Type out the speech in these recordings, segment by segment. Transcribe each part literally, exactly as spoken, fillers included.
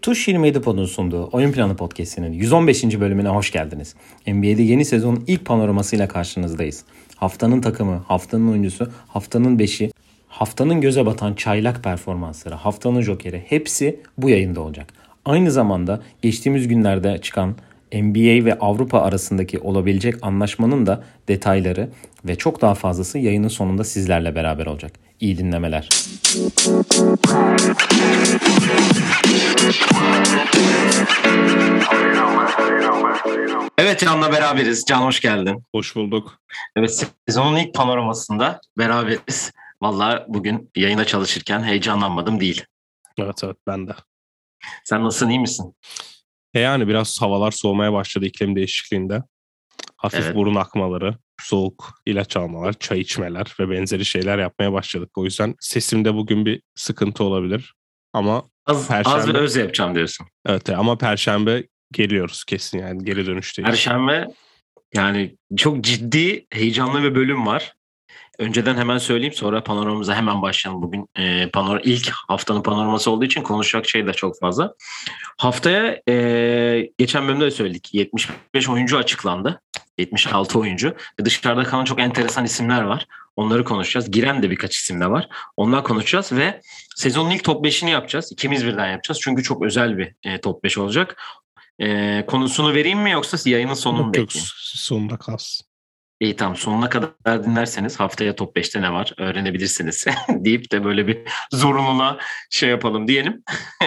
Tuş yirmi yedi Pod'un sunduğu Oyun Planı Podcast'inin yüz on beşinci bölümüne hoş geldiniz. N B A'de yeni sezonun ilk panoramasıyla karşınızdayız. Haftanın takımı, haftanın oyuncusu, haftanın beşi, haftanın göze batan çaylak performansları, haftanın jokeri hepsi bu yayında olacak. Aynı zamanda geçtiğimiz günlerde çıkan N B A ve Avrupa arasındaki olabilecek anlaşmanın da detayları ve çok daha fazlası yayının sonunda sizlerle beraber olacak. İyi dinlemeler. Evet, Can'la beraberiz. Can, hoş geldin. Hoş bulduk. Evet, sezonun ilk panoramasında beraberiz. Vallahi bugün yayına çalışırken heyecanlanmadım değil. Evet evet ben de. Sen nasılsın, iyi misin? E yani biraz havalar soğumaya başladı iklim değişikliğinde. Hafif evet. Burun akmaları, soğuk ilaç almalar, çay içmeler ve benzeri şeyler yapmaya başladık. O yüzden sesimde bugün bir sıkıntı olabilir. Ama az, Perşembe... az ve öz yapacağım diyorsun. Evet ama Perşembe geliyoruz kesin, yani geri dönüşteyiz. Perşembe yani çok ciddi, heyecanlı bir bölüm var. Önceden hemen söyleyeyim, sonra panoramamıza hemen başlayalım. Bugün e, panor ilk haftanın panoraması olduğu için konuşacak şey de çok fazla. Haftaya e, geçen bölümde de söyledik. yetmiş beş oyuncu açıklandı. yetmiş altı oyuncu. Ve dışarıda kalan çok enteresan isimler var. Onları konuşacağız. Giren de birkaç isim de var. Onlar konuşacağız ve sezonun ilk top beşini yapacağız. İkimiz birden yapacağız. Çünkü çok özel bir e, top beş olacak. E, konusunu vereyim mi yoksa yayının sonunu mu bekleyeyim? Yok, sonunda kalsın. İyi, tamam, sonuna kadar dinlerseniz haftaya top beşte ne var öğrenebilirsiniz deyip de böyle bir zorunluluğa şey yapalım diyelim.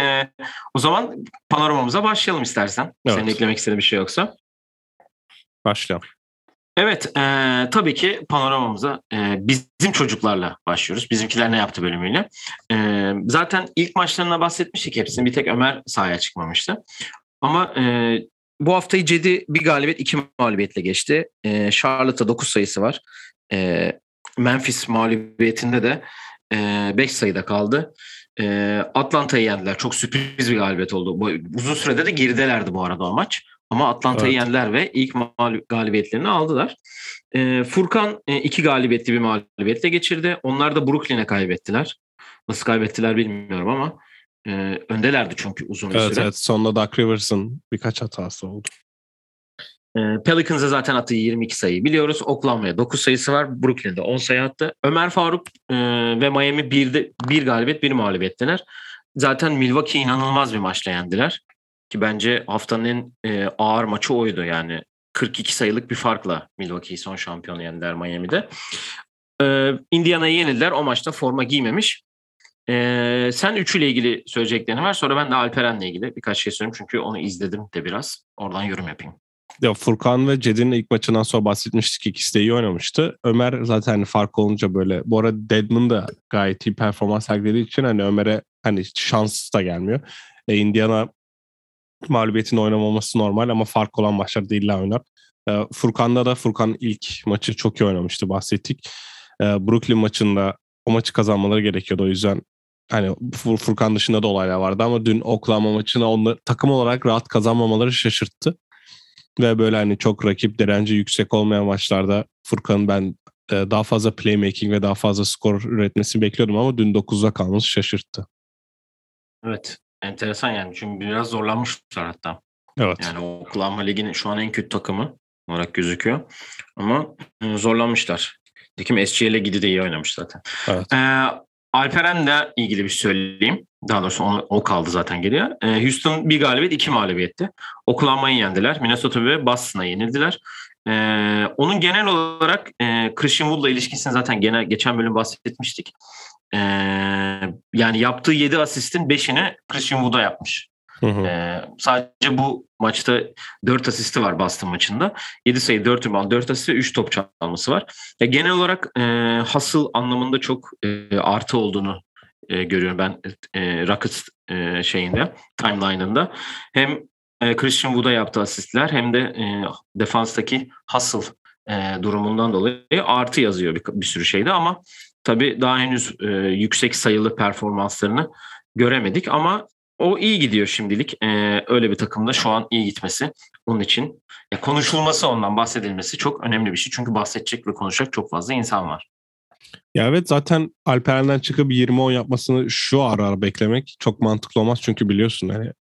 O zaman panoramamıza başlayalım istersen. Evet. Senin eklemek istediğin bir şey yoksa. Başlayalım. Evet, e, tabii ki panoramamıza e, bizim çocuklarla başlıyoruz. Bizimkiler ne yaptı bölümüyle. E, zaten ilk maçlarına bahsetmiştik hepsini. Bir tek Ömer sahaya çıkmamıştı. Ama e, bu haftayı Cedi bir galibiyet iki mağlubiyetle geçti. E, Charlotte'da dokuz sayısı var. E, Memphis mağlubiyetinde de e, beş sayıda kaldı. E, Atlanta'yı yendiler. Çok sürpriz bir galibiyet oldu. Bu, uzun sürede de geridelerdi bu arada o maç. Ama Atlanta'yı evet. yendiler ve ilk mağlub- galibiyetlerini aldılar. E, Furkan e, iki galibiyetli bir mağlubiyetle geçirdi. Onlar da Brooklyn'e kaybettiler. Nasıl kaybettiler bilmiyorum ama e, öndelerdi çünkü uzun bir evet, süre. Evet, sonunda Doug Rivers'ın birkaç hatası oldu. E, Pelicans'a zaten attığı yirmi iki sayıyı biliyoruz. Oklahoma'ya dokuz sayısı var. Brooklyn'de on sayı attı. Ömer Faruk e, ve Miami birde, bir galibiyet bir mağlubiyetteler. Zaten Milwaukee inanılmaz bir maçla yendiler. Ki bence haftanın en e, ağır maçı oydu yani. kırk iki sayılık bir farkla Milwaukee'yi son şampiyonu yendiler Miami'de. E, Indiana'yı yenildiler. O maçta forma giymemiş. Ee, sen üçüyle ilgili söyleyeceklerin var. Sonra ben de Alperen'le ilgili birkaç şey söyleyeyim. Çünkü onu izledim de biraz. Oradan yorum yapayım. Ya Furkan ve Cedi'nin ilk maçından sonra bahsetmiştik. İkisi de iyi oynamıştı. Ömer zaten fark olunca böyle. Bu arada Dedmon da gayet iyi performans sergilediği için hani Ömer'e hani şans da gelmiyor. E, Indiana mağlubiyetin oynamaması normal ama fark olan maçlarda illa oynar. E, Furkan'da da Furkan ilk maçı çok iyi oynamıştı, bahsettik. E, Brooklyn maçında o maçı kazanmaları gerekiyordu. O yüzden hani Furkan dışında da olaylar vardı ama dün Oklahoma maçını onları, takım olarak rahat kazanmamaları şaşırttı. Ve böyle hani çok rakip direnci yüksek olmayan maçlarda Furkan'ın ben e, daha fazla playmaking ve daha fazla skor üretmesini bekliyordum ama dün dokuzda kalması şaşırttı. Evet, enteresan yani çünkü biraz zorlanmışlar hatta. Evet. Yani Oklahoma Ligi'nin şu an en kötü takımı olarak gözüküyor ama e, zorlanmışlar. Dikim S G L'e gidi de iyi oynamış zaten. Evet. Ee, Alperen'le ilgili bir şey söyleyeyim. Daha doğrusu onu, o kaldı zaten geriye. Ee, Houston bir galibiyet iki mağlubiyetti. Oklahoma'yı yendiler. Minnesota ve Boston'a yenildiler. Ee, onun genel olarak e, Christian Wood'la ilişkisini zaten genel geçen bölüm bahsetmiştik. Ee, yani yaptığı yedi asistin beşini Christian Wood'a yapmış. Hı hı. Ee, sadece bu maçta dört asisti var Boston maçında. yedi sayı, dört rebound, dört asist ve üç top çalması var. Ya genel olarak e, hustle anlamında çok e, artı olduğunu e, görüyorum ben e, Rockets e, şeyinde, timeline'ında. Hem e, Christian Wood'a yaptığı asistler hem de e, defanstaki hustle e, durumundan dolayı artı yazıyor bir, bir sürü şeyde ama tabii daha henüz e, yüksek sayılı performanslarını göremedik ama o iyi gidiyor şimdilik. Ee, öyle bir takımda şu an iyi gitmesi. Onun için ya konuşulması, ondan bahsedilmesi çok önemli bir şey. Çünkü bahsedecek ve konuşacak çok fazla insan var. Ya evet, zaten Alperen'den çıkıp yirmi on yapmasını şu ara ara beklemek çok mantıklı olmaz. Çünkü biliyorsun hani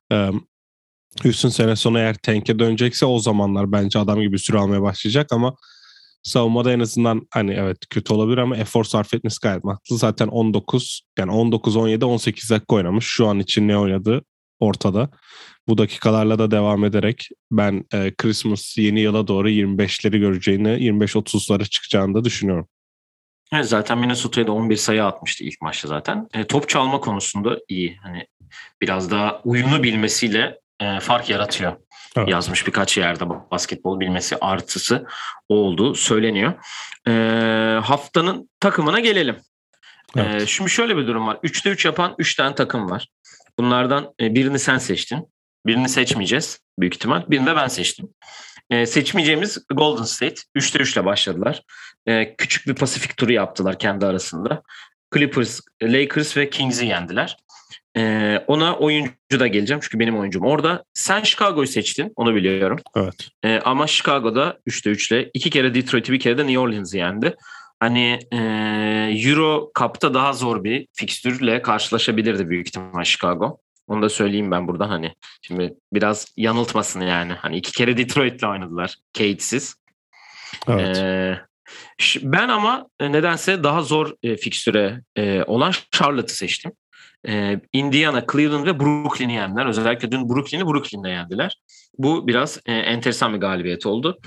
Ee, Houston sene sonu eğer tank'e dönecekse o zamanlar bence adam gibi süre almaya başlayacak ama savunmada en azından hani evet kötü olabilir ama efor sarf etmesi gayet mantıklı. Zaten on dokuz yani on dokuz, on yedi, on sekiz dakika oynamış. Şu an için ne oynadı ortada. Bu dakikalarla da devam ederek ben e, Christmas yeni yıla doğru yirmi beşleri göreceğini, yirmi beş otuzlara çıkacağını da düşünüyorum. Evet, zaten Minnesota'ya da on bir sayı atmıştı ilk maçta zaten. E, top çalma konusunda iyi. Hani biraz daha uyunu bilmesiyle e, fark yaratıyor. Evet. Yazmış birkaç yerde basketbol bilmesi artısı olduğu söyleniyor. E, haftanın takımına gelelim. Evet. E, şimdi şöyle bir durum var. üçte üç yapan üç tane takım var. Bunlardan e, birini sen seçtin. Birini seçmeyeceğiz büyük ihtimal. Birini de ben seçtim. E, seçmeyeceğimiz Golden State. üçte üçle başladılar. E, küçük bir Pasifik turu yaptılar kendi arasında. Clippers, Lakers ve Kings'i yendiler. E, ona oyuncu da geleceğim çünkü benim oyuncum orada. Sen Chicago'yu seçtin, onu biliyorum. Evet. E, ama Chicago'da üçte üçle iki kere Detroit'i bir kere de New Orleans'ı yendi. Hani e, Euro Cup'ta daha zor bir fikstürle karşılaşabilirdi büyük ihtimal Chicago. Onu da söyleyeyim ben buradan hani. Şimdi biraz yanıltmasın yani. Hani iki kere Detroit'le oynadılar. Cade'siz. Evet. Ee, ben ama nedense daha zor e, fikstüre e, olan Charlotte'ı seçtim. E, Indiana, Cleveland ve Brooklyn'i yendiler. Özellikle dün Brooklyn'i Brooklyn'de yendiler. Bu biraz e, enteresan bir galibiyet oldu.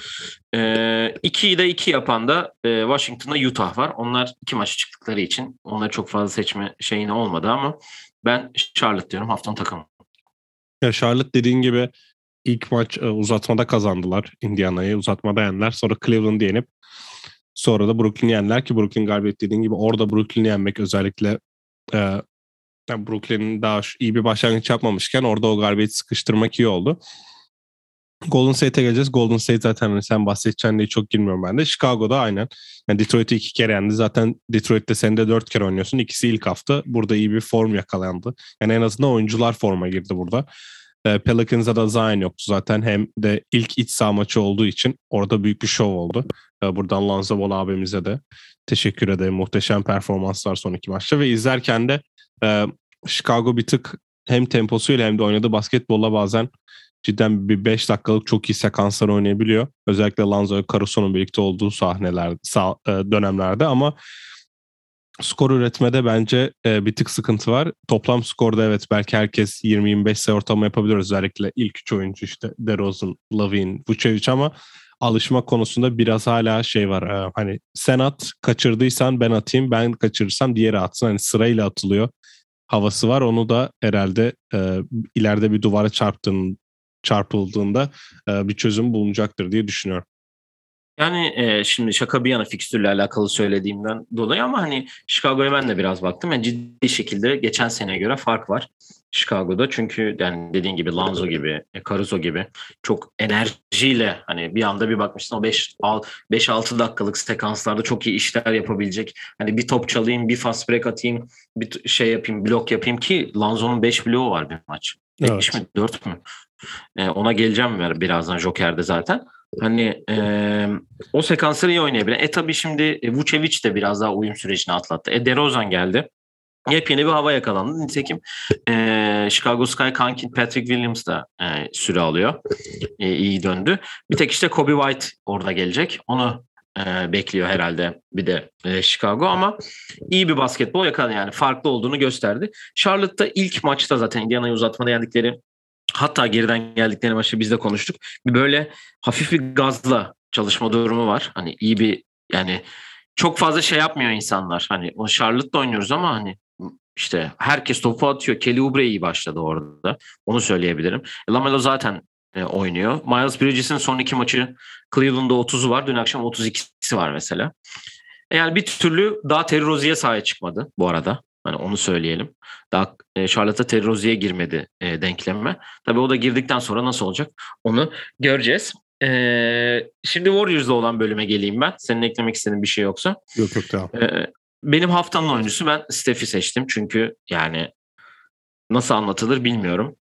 E, ikiyi de iki yapan da e, Washington'da Utah var. Onlar iki maçı çıktıkları için onları çok fazla seçme şeyine olmadı ama ben Charlotte diyorum haftanın takımı. Ya Charlotte dediğin gibi ilk maç e, uzatmada kazandılar. Indiana'yı uzatmada yendiler. Sonra Cleveland'ı yenip sonra da Brooklyn'i yendiler ki Brooklyn galibiyet dediğin gibi orada Brooklyn'i yenmek özellikle e, yani Brooklyn'in daha iyi bir başlangıç yapmamışken orada o galibiyeti sıkıştırmak iyi oldu. Golden State'e geleceğiz. Golden State zaten hani sen bahsedeceğin diye çok girmiyorum ben de. Chicago'da aynen. Yani Detroit'i iki kere yendi. Zaten Detroit'te sen de dört kere oynuyorsun. İkisi ilk hafta. Burada iyi bir form yakalandı. Yani en azından oyuncular forma girdi burada. Pelicans'a da Zion yoktu zaten. Hem de ilk iç saha maçı olduğu için orada büyük bir şov oldu. Buradan Lonzo Ball abimize de teşekkür ederim. Muhteşem performanslar son iki maçta ve izlerken de e, Chicago bir tık hem temposuyla hem de oynadığı basketbolla bazen cidden bir beş dakikalık çok iyi sekanslar oynayabiliyor. Özellikle Lonzo ve Caruso'nun birlikte olduğu sahneler, sah- dönemlerde ama skor üretmede bence e, bir tık sıkıntı var. Toplam skorda evet belki herkes yirmi yirmi beş sayı ortalama yapabilir. Özellikle ilk üç oyuncu işte DeRozan, Lavin, Vucevic ama alışma konusunda biraz hala şey var. E, hani sen at, kaçırdıysan ben atayım, ben kaçırırsam diğeri atsın. Hani sırayla atılıyor havası var. Onu da herhalde e, ileride bir duvara çarptığın, çarpıldığında e, bir çözüm bulunacaktır diye düşünüyorum. Yani e, şimdi şaka bir yana fikstürle alakalı söylediğimden dolayı ama hani Chicago'ya ben de biraz baktım. Yani ciddi şekilde geçen seneye göre fark var Chicago'da. Çünkü yani dediğin gibi Lonzo gibi, e, Caruso gibi çok enerjiyle hani bir anda bir bakmışsın o beş altı dakikalık sekanslarda çok iyi işler yapabilecek. Hani bir top çalayım, bir fast break atayım, bir şey yapayım, blok yapayım ki Lonzo'nun beş bloğu var bir maç. beş Evet. mi dört mü? E, ona geleceğim birazdan Joker'de zaten. Hani e, o sekansları iyi oynayabilen. E tabii şimdi e, Vucevic de biraz daha uyum sürecini atlattı. E DeRozan geldi. Yepyeni bir hava yakalandı. Nitekim e, Chicago Sky kanki Patrick Williams da e, süre alıyor. E, iyi döndü. Bir tek işte Kobe White orada gelecek. Onu e, bekliyor herhalde bir de e, Chicago ama iyi bir basketbol yakaladı yani farklı olduğunu gösterdi. Charlotte'da ilk maçta zaten Indiana'yı uzatmada yendikleri hatta geriden geldikleri maçta biz de konuştuk. Böyle hafif bir gazla çalışma durumu var. Hani iyi bir yani çok fazla şey yapmıyor insanlar. Hani o Charlotte'da oynuyoruz ama hani işte herkes topu atıyor. Kelly Oubre iyi başladı orada. Onu söyleyebilirim. Lamelo zaten e, oynuyor. Miles Bridges'in son iki maçı Cleveland'da otuzu var. Dün akşam otuz ikisi var mesela. E, Yani bir türlü daha Terry Rozier'e sahaya çıkmadı bu arada. Hani onu söyleyelim. Daha e, Charlotte'a Terry Rozier girmedi e, denkleme. Tabii o da girdikten sonra nasıl olacak onu göreceğiz. E, şimdi Warriors'da olan bölüme geleyim ben. Senin eklemek istediğin bir şey yoksa. Yok yok tamam. E, benim haftanın oyuncusu ben Steph'i seçtim. Çünkü yani nasıl anlatılır bilmiyorum.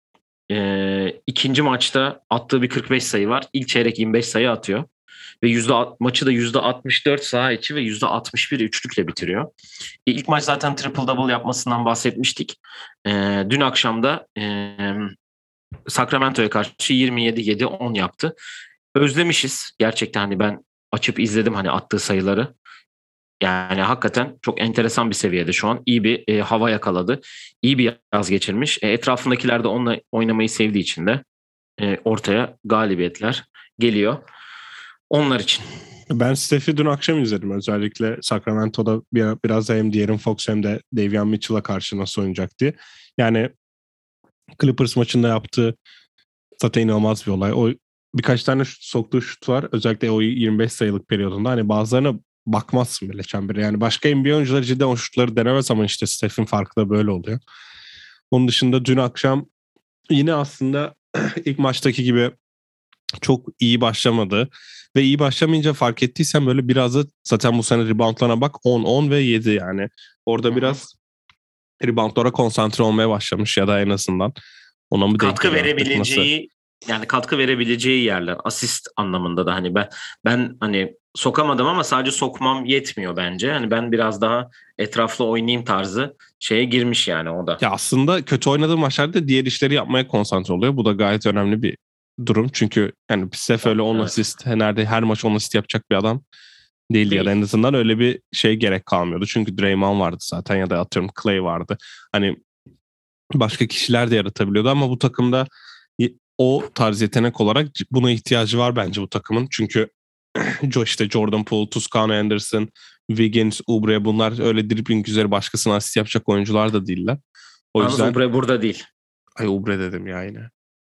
E, ikinci maçta attığı bir kırk beş sayı var. İlk çeyrek yirmi beş sayı atıyor. Ve yüzde maçı da yüzde altmış dört saha içi ve yüzde altmış bir üçlükle bitiriyor. E, ilk maç zaten triple double yapmasından bahsetmiştik. E, dün akşam da e, Sacramento'ya karşı yirmi yedi yedi on yaptı. Özlemişiz. Gerçekten hani ben açıp izledim hani attığı sayıları. Yani hakikaten çok enteresan bir seviyede şu an. İyi bir e, hava yakaladı. İyi bir yaz geçirmiş. E, etrafındakiler de onunla oynamayı sevdiği için de e, ortaya galibiyetler geliyor. Onlar için. Ben Steph'i dün akşam izledim. Özellikle Sacramento'da bir, biraz da hem De'Aaron Fox hem de Davion Mitchell'a karşı nasıl oynayacak diye. Yani Clippers maçında yaptığı zaten inanılmaz bir olay. O birkaç tane şut, soktuğu şut var. Özellikle o yirmi beş sayılık periyodunda. Hani bazılarına bakmazsın bile çembere. Yani başka N B A oyuncuları cidden o şutları denemez ama işte Steph'in farkı da böyle oluyor. Onun dışında dün akşam yine aslında ilk maçtaki gibi çok iyi başlamadı. Ve iyi başlamayınca fark ettiysen böyle biraz da zaten bu sene reboundlarına bak on on ve yedi yani. Orada biraz reboundlara konsantre olmaya başlamış ya da en azından ona mı denk Katkı geliyor artık nasıl? verebileceği yani katkı verebileceği yerler asist anlamında da hani ben ben hani sokamadım ama sadece sokmam yetmiyor bence. Hani ben biraz daha etraflı oynayayım tarzı şeye girmiş yani o da. Ya aslında kötü oynadığı maçlarda diğer işleri yapmaya konsantre oluyor. Bu da gayet önemli bir durum. Çünkü yani Steph öyle on Evet. asist nerede her maç on asist yapacak bir adam değildi ya da Değil. en azından öyle bir şey gerek kalmıyordu. Çünkü Draymond vardı zaten ya da atıyorum Clay vardı. Hani başka kişiler de yaratabiliyordu ama bu takımda o tarz yetenek olarak buna ihtiyacı var bence bu takımın. Çünkü işte Jordan Poole, Toscano Anderson, Wiggins, Oubre bunlar öyle dribbling üzeri başkasına asist yapacak oyuncular da değiller. O Yalnız yüzden Oubre burada değil. ay Oubre dedim ya yine.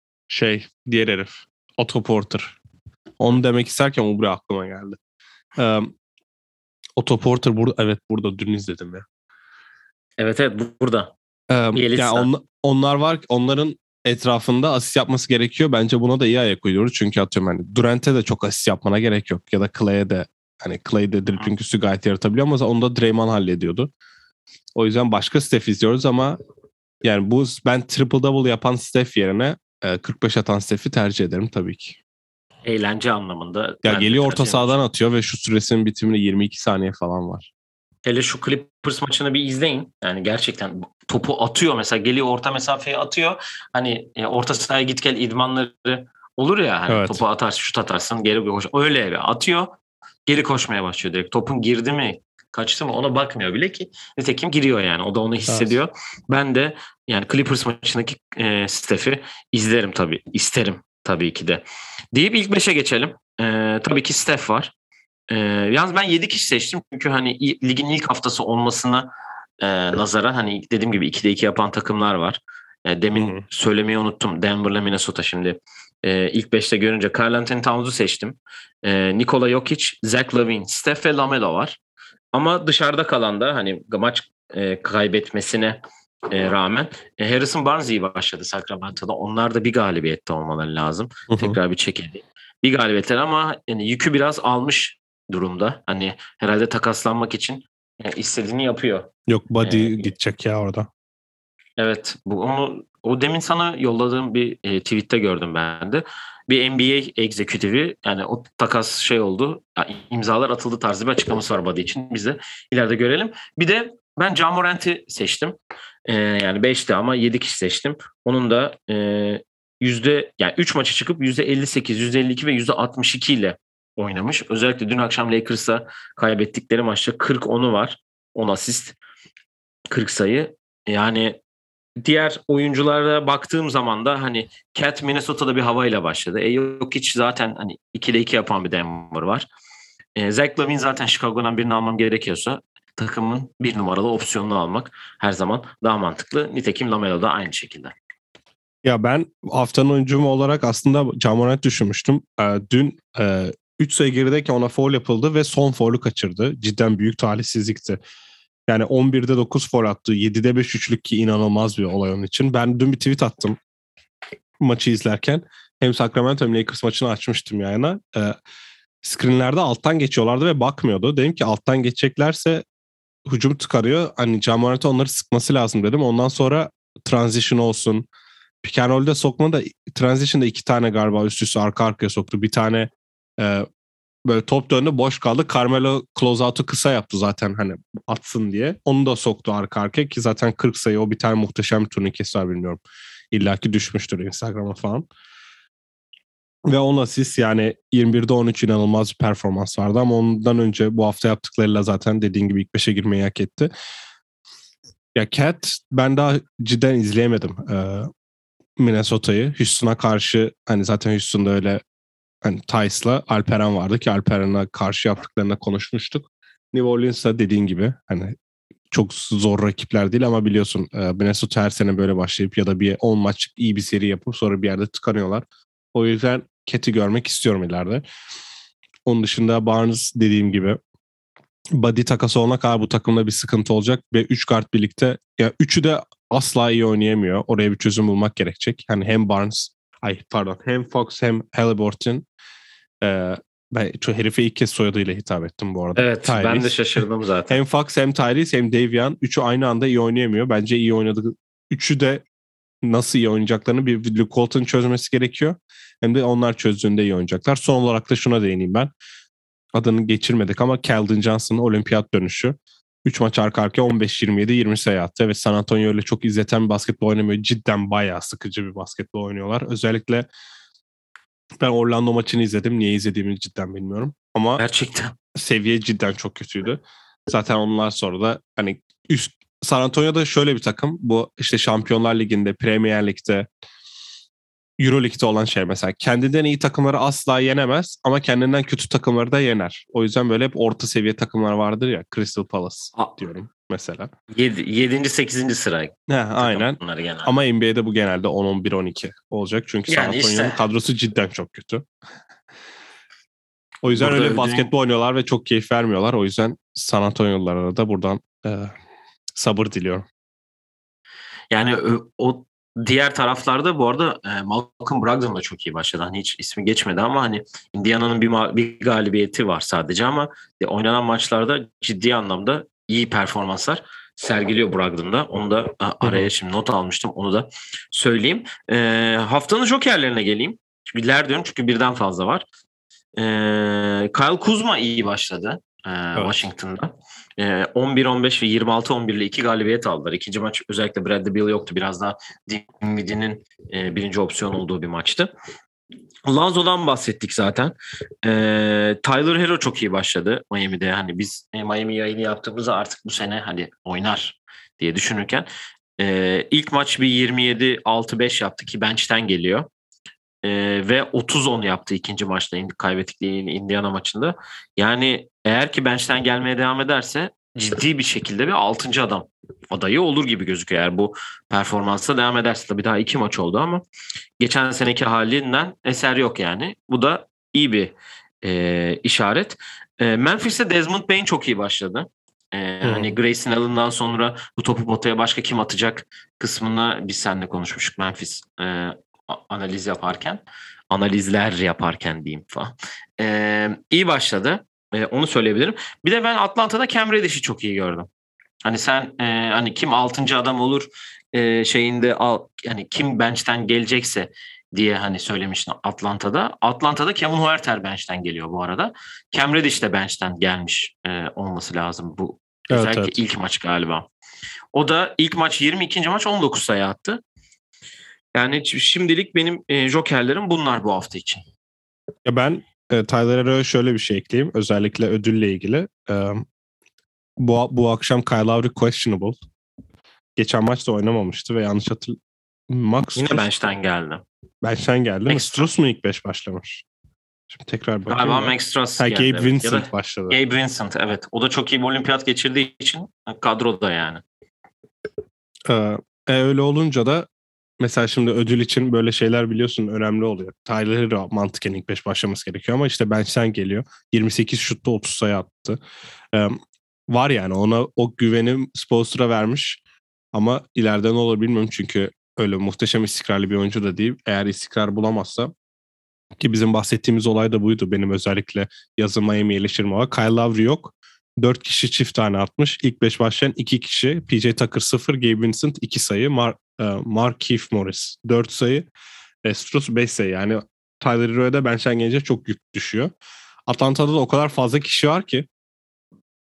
Şey diğer herif Otto Porter. Onu demek isterken Oubre aklıma geldi. Um, Otto Porter burada evet burada dün izledim ya. Evet evet burada. Um, yani Bielitsa. on, onlar var onların etrafında asist yapması gerekiyor. Bence buna da iyi ayak uyuyoruz. Çünkü atıyorum hani Durant'e de çok asist yapmana gerek yok. Ya da Clay'e de hani Clay de dribbling üstü gayet yaratabiliyor ama onu da Draymond hallediyordu. O yüzden başka Steph izliyoruz ama yani bu ben triple double yapan Steph yerine e, kırk beş atan Steph'i tercih ederim tabii ki. Eğlence anlamında Ya ben de geliyor orta tercih sahadan edeceğim. atıyor ve şu süresinin bitimine yirmi iki saniye falan var. Hele şu Clippers maçını bir izleyin. Yani gerçekten topu atıyor mesela geliyor orta mesafeye atıyor. Hani e, orta sahaya git gel idmanları olur ya hani Evet. topu atarsın şut atarsın geri bir koş. Öyle bir atıyor geri koşmaya başlıyor direkt. Topun girdi mi kaçtı mı ona bakmıyor bile ki. Nitekim giriyor yani o da onu hissediyor. Evet. Ben de yani Clippers maçındaki e, Steph'i izlerim tabii isterim tabii ki de. Deyip ilk beşe geçelim. E, tabii ki Steph var. Ee, yalnız ben yedi kişi seçtim çünkü hani i- ligin ilk haftası olmasına e, nazaran hani dediğim gibi ikide iki yapan takımlar var. E, Hı demin hı. söylemeyi unuttum. Denver'la Minnesota şimdi. E, ilk beşte görünce Karl Anthony Towns'u seçtim. E, Nikola Jokic, Zach LaVine, Steph ve Lamelo var. Ama dışarıda kalan da hani maç e, kaybetmesine e, rağmen e, Harrison Barnes iyi başladı Sacramento'da. Onlar da bir galibiyette olmaları lazım. Hı hı. Tekrar bir çekildi. Bir galibiyetler ama yani yükü biraz almış durumda. Hani herhalde takaslanmak için e, istediğini yapıyor. Yok E, body gidecek ya orada. evet, bu onu o demin sana yolladığım bir e, tweette gördüm ben de. Bir N B A executive'i yani o takas şey oldu. Yani imzalar atıldı tarzı bir açıklaması var Buddy için. Biz de ileride görelim. Bir de ben Ja Morant'i seçtim. E, yani beşti ama yedi kişi seçtim. Onun da e, yüzde yani üç maçı çıkıp yüzde elli sekiz, yüzde elli iki ve yüzde altmış iki ile oynamış. Özellikle dün akşam Lakers'a kaybettikleri maçta kırk onu var. on asist, kırk sayı. Yani diğer oyunculara baktığım zaman da hani Cat Minnesota'da bir havayla başladı. E yok hiç zaten hani ikide iki yapan bir Denver var. E, Zach LaVine zaten Chicago'dan birini almam gerekiyorsa takımın bir numaralı opsiyonunu almak her zaman daha mantıklı. Nitekim Lamelo da aynı şekilde. Ya ben haftanın oyuncumu olarak aslında Ja Morant düşünmüştüm. Ee, dün e, üç sayı gerideyken ona foul yapıldı ve son foul'ü kaçırdı. Cidden büyük talihsizlikti. Yani on birde dokuz foul attı. yedide beş üçlük ki inanılmaz bir olay onun için. Ben dün bir tweet attım maçı izlerken. Hem Sacramento hem Lakers maçını açmıştım yayına. Ee, screenlerde alttan geçiyorlardı ve bakmıyordu. Dedim ki alttan geçeceklerse hücum tıkarıyor. Hani Ja Morant'e onları sıkması lazım dedim. Ondan sonra transition olsun. Pick and roll'de sokma da transition'da iki tane galiba üst üste arka arkaya soktu. Bir tane e, böyle top döndü boş kaldı. Carmelo closeout'u kısa yaptı zaten hani atsın diye. Onu da soktu arka arkaya ki zaten kırk sayı o bir tane muhteşem bir turnikesi var bilmiyorum. illaki düşmüştür Instagram'a falan. Ve on asist, yani yirmi birde on üç inanılmaz bir performans vardı ama ondan önce bu hafta yaptıklarıyla zaten dediğin gibi ilk beşe girmeyi hak etti. Ya Cat, ben daha cidden izleyemedim ee, Minnesota'yı. Houston'a karşı, hani zaten Houston'da öyle hani Tice'la Alperen vardı ki Alperen'e karşı yaptıklarına konuşmuştuk. New Orleans'da dediğin gibi hani çok zor rakipler değil ama biliyorsun Minnesota her sene böyle başlayıp ya da bir on maçlık iyi bir seri yapıp sonra bir yerde tıkanıyorlar. O yüzden Cat'i görmek istiyorum ileride. Onun dışında Barnes, dediğim gibi body takası olana kadar bu takımda bir sıkıntı olacak ve üç guard birlikte, ya üçü de asla iyi oynayamıyor. Oraya bir çözüm bulmak gerekecek. Hani hem Barnes, ay pardon, hem Fox hem Haliburton. Ee, ben şu herife ilk kez soyadıyla hitap ettim bu arada. Evet, Tyrese. ben de şaşırdım zaten. Hem Fox hem Tyrese hem Davion. Üçü aynı anda iyi oynayamıyor. Bence iyi oynadığı. Üçü de nasıl iyi oynayacaklarını bir Luke Walton çözmesi gerekiyor. Hem de onlar çözdüğünde iyi oynayacaklar. Son olarak da şuna değineyim ben. Adını geçirmedik ama Keldon Johnson'ın olimpiyat dönüşü. üç maç arka arkaya on beş yirmi yedi yirmi sayı attı ve San Antonio ile çok izleten bir basketbol oynamıyor. Cidden bayağı sıkıcı bir basketbol oynuyorlar. Özellikle ben Orlando maçını izledim. Niye izlediğimi cidden bilmiyorum. Ama Gerçekten. seviye cidden çok kötüydü. Zaten onlar sonra da hani üst, San Antonio'da şöyle bir takım. Bu işte Şampiyonlar Ligi'nde, Premier Lig'de, Euro Lig'de olan şey mesela. Kendinden iyi takımları asla yenemez ama kendinden kötü takımları da yener. O yüzden böyle hep orta seviye takımlar vardır ya. Crystal Palace A- diyorum mesela. yedinci sekizinci sıra He, aynen. takımları genelde. Ama N B A'de bu genelde on on bir on iki olacak. Çünkü San Yani Antonio'nun işte. kadrosu cidden çok kötü. O yüzden Burada öyle bir övdüğün- basketbol oynuyorlar ve çok keyif vermiyorlar. O yüzden San Antonio'lulara da buradan e, sabır diliyorum. Yani ö- o diğer taraflarda bu arada e, Malcolm Brogdon da çok iyi başladı. Hani hiç ismi geçmedi ama hani Indiana'nın bir, ma- bir galibiyeti var sadece ama e, oynanan maçlarda ciddi anlamda iyi performanslar sergiliyor Brogdon'da. Onu da e, araya şimdi not almıştım. Onu da söyleyeyim. E, haftanın jokerlerine geleyim. Birler diyorum çünkü birden fazla var. E, Kyle Kuzma iyi başladı e, Evet. Washington'da. E, on bir on beş ve yirmi altı on bir ile iki galibiyet aldılar. İkinci maç özellikle Bradley Beal yoktu. Biraz daha Dinwiddie'nin e, birinci opsiyon olduğu bir maçtı. Lonzo'dan bahsettik zaten. E, Tyler Hero çok iyi başladı Miami'de. Hani biz e, Miami yayını yaptığımızda artık bu sene hani oynar diye düşünürken e, ilk maç bir yirmi yedi altı beş yaptı ki bench'ten geliyor. Ee, ve otuz on yaptı ikinci maçta kaybettikleri Indiana maçında. Yani eğer ki bench'ten gelmeye devam ederse ciddi bir şekilde bir altıncı adam adayı olur gibi gözüküyor. Eğer bu performansa devam ederse tabii daha iki maç oldu ama geçen seneki halinden eser yok yani. Bu da iyi bir e, işaret. E, Memphis'te Desmond Bane çok iyi başladı. E, Hmm. Hani Grayson Allen'dan sonra bu topu potaya başka kim atacak kısmını biz seninle konuşmuştuk Memphis e, analiz yaparken, analizler yaparken diyeyim falan. Ee, iyi başladı. Ee, onu söyleyebilirim. Bir de ben Atlanta'da Cam Reddish'i çok iyi gördüm. Hani sen e, hani kim altıncı adam olur e, şeyinde al, yani kim bench'ten gelecekse diye hani söylemiştin Atlanta'da. Atlanta'da Kevin Huerter bench'ten geliyor bu arada. Cam Reddish de bench'ten gelmiş e, olması lazım bu. Evet, Özellikle evet. ilk maç galiba. O da ilk maç yirmi, ikinci maç on dokuz sayı attı. Yani şimdilik benim e, jokerlerim bunlar bu hafta için. Ya ben e, Tyler Hero'ya şöyle bir şey ekleyeyim. Özellikle ödülle ilgili. E, bu, bu akşam Kyle Lowry questionable. Geçen maçta oynamamıştı ve yanlış hatırlamıyorum. Max Yine Strus bench'ten geldi. bench'ten geldi mi? Max Strus mu ilk beş başlamış? Şimdi tekrar bakayım Galiba da. Max Strus Ha, geldi. Gabe Evet. Ya da Vincent başladı. Gabe Vincent evet. O da çok iyi bir olimpiyat geçirdiği için kadroda yani. Ee, e, öyle olunca da mesela şimdi ödül için böyle şeyler biliyorsun önemli oluyor. Tyler Hero mantıken ilk beş başlaması gerekiyor ama işte bench'ten geliyor. yirmi sekiz şutta otuz sayı attı. Ee, var yani ona o güveni Spoelstr'a vermiş ama ileride ne olur bilmiyorum çünkü öyle muhteşem istikrarlı bir oyuncu da değil. Eğer istikrar bulamazsa ki bizim bahsettiğimiz olay da buydu. Benim özellikle yazın Miami'ye yerleşirme var. Kyle Lowry yok. dört kişi çift tane atmış. İlk beş başlayan iki kişi. P J Tucker sıfır, Gabe Vincent iki sayı. Mar uh, Markieff Morris dört sayı. Strus beş sayı. Yani Tyler Hero'ya da bench'ten gelince çok yük düşüyor. Atlanta'da da o kadar fazla kişi var ki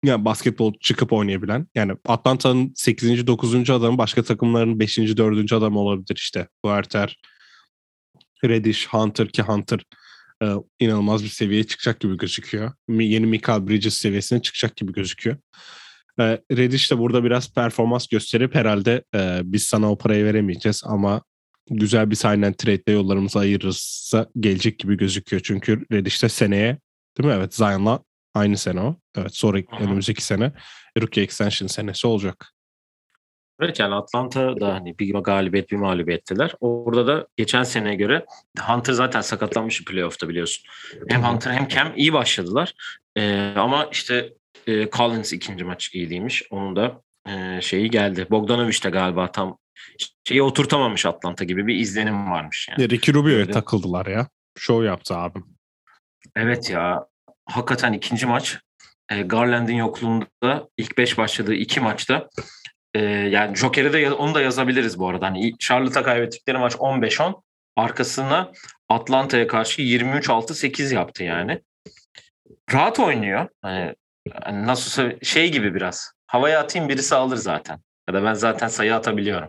Yani basketbol çıkıp oynayabilen. Yani Atlanta'nın sekizinci dokuzuncu adamı başka takımların beşinci dördüncü adamı olabilir işte. Huerter, Reddish, Hunter ki Hunter e, inanılmaz bir seviyeye çıkacak gibi gözüküyor. Yeni Mikal Bridges seviyesine çıkacak gibi gözüküyor. E, Reddish de burada biraz performans gösterip herhalde e, biz sana o parayı veremeyeceğiz ama güzel bir sign and trade'le yollarımızı ayırırsa gelecek gibi gözüküyor. Çünkü Reddish de seneye, değil mi? Evet, Zion'la aynı sene o. Evet, sonra önümüzdeki sene rookie extension senesi olacak. Evet, yani Atlanta da hani bir galibiyet bir mağlubiyettiler. Orada da geçen seneye göre Hunter zaten sakatlanmış playoff'ta biliyorsun. Hem Hunter hem Cam iyi başladılar. Ee, ama işte e, Collins ikinci maç iyi değilmiş. Onun da e, şeyi geldi. Bogdanovic de galiba tam şeyi oturtamamış Atlanta gibi bir izlenim varmış yani. Ricky Rubio'ya Böyle. takıldılar ya. Show yaptı abim. Evet ya, hakikaten ikinci maç e, Garland'in yokluğunda ilk beş başladığı iki maçta e, yani Joker'e de yaz- onu da yazabiliriz bu arada. Hani Charlotte'a kaybettikleri maç on beş on, arkasına Atlanta'ya karşı yirmi üç altı sekiz yaptı yani. Rahat oynuyor. Hani, hani nasılsa şey gibi biraz. Havaya atayım birisi alır zaten. Ya da ben zaten sayı atabiliyorum.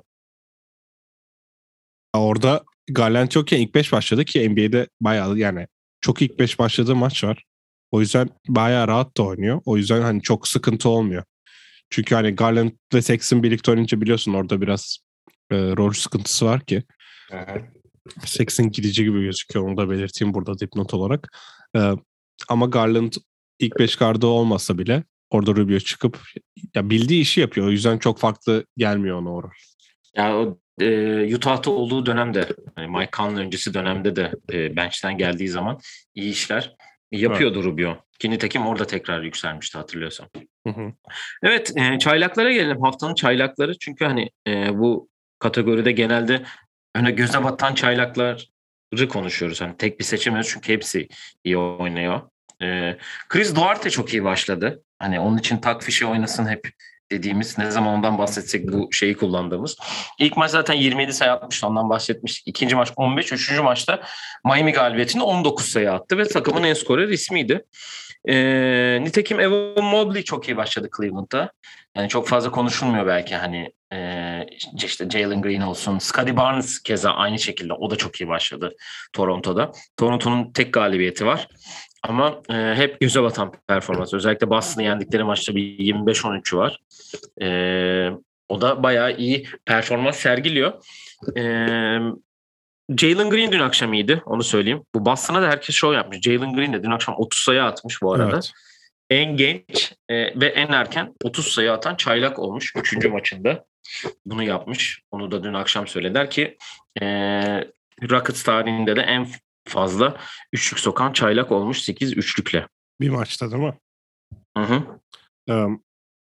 Orada Garland yokken ilk beş başladı ki N B A'de bayağı yani çok ilk beş başladığı maç var. O yüzden bayağı rahat da oynuyor. O yüzden hani çok sıkıntı olmuyor. Çünkü hani Garland ve Sexton birlikte oynayınca biliyorsun orada biraz e, rol sıkıntısı var ki. Hı-hı. Sexton gidici gibi gözüküyor. Onu da belirteyim burada dipnot olarak. E, ama Garland ilk beş gardı olmasa bile orada Rubio çıkıp ya bildiği işi yapıyor. O yüzden çok farklı gelmiyor ona orada. Ya o e, Utah'ta olduğu dönemde, hani Mike Conley öncesi dönemde de e, bench'ten geldiği zaman iyi işler yapıyordu evet. Rubio. Ki nitekim orada tekrar yükselmişti hatırlıyorsam. Hı hı. Evet, e, çaylaklara gelelim. Haftanın çaylakları. Çünkü hani e, bu kategoride genelde öne göze batan çaylakları konuşuyoruz. Hani tek bir seçemiyoruz çünkü hepsi iyi oynuyor. E, Chris Duarte çok iyi başladı. Hani onun için tak fişi oynasın hep dediğimiz, ne zaman ondan bahsetsek bu şeyi kullandığımız. İlk maç zaten yirmi yedi sayı atmıştı, ondan bahsetmiştik. İkinci maç on beş, üçüncü maçta Miami galibiyetinde on dokuz sayı attı ve takımın en skoreri ismiydi. Ee, nitekim Evan Mobley çok iyi başladı Cleveland'da. Yani çok fazla konuşulmuyor belki hani e, işte Jalen Green olsun. Scottie Barnes keza aynı şekilde, o da çok iyi başladı Toronto'da. Toronto'nun tek galibiyeti var. Ama e, hep göze batan performans. Özellikle Boston'ı yendikleri maçta bir yirmi beş on üçü var. E, o da bayağı iyi performans sergiliyor. E, Jalen Green dün akşam iyiydi, onu söyleyeyim. Bu Boston'a da herkes show yapmış. Jalen Green de dün akşam otuz sayı atmış bu arada. Evet. En genç e, ve en erken otuz sayı atan çaylak olmuş üçüncü maçında. Bunu yapmış. Onu da dün akşam söylediler ki e, Rockets tarihinde de en fazla üçlük sokan çaylak olmuş, sekiz üçlükle. Bir maçta değil mi? Hı hı. Um,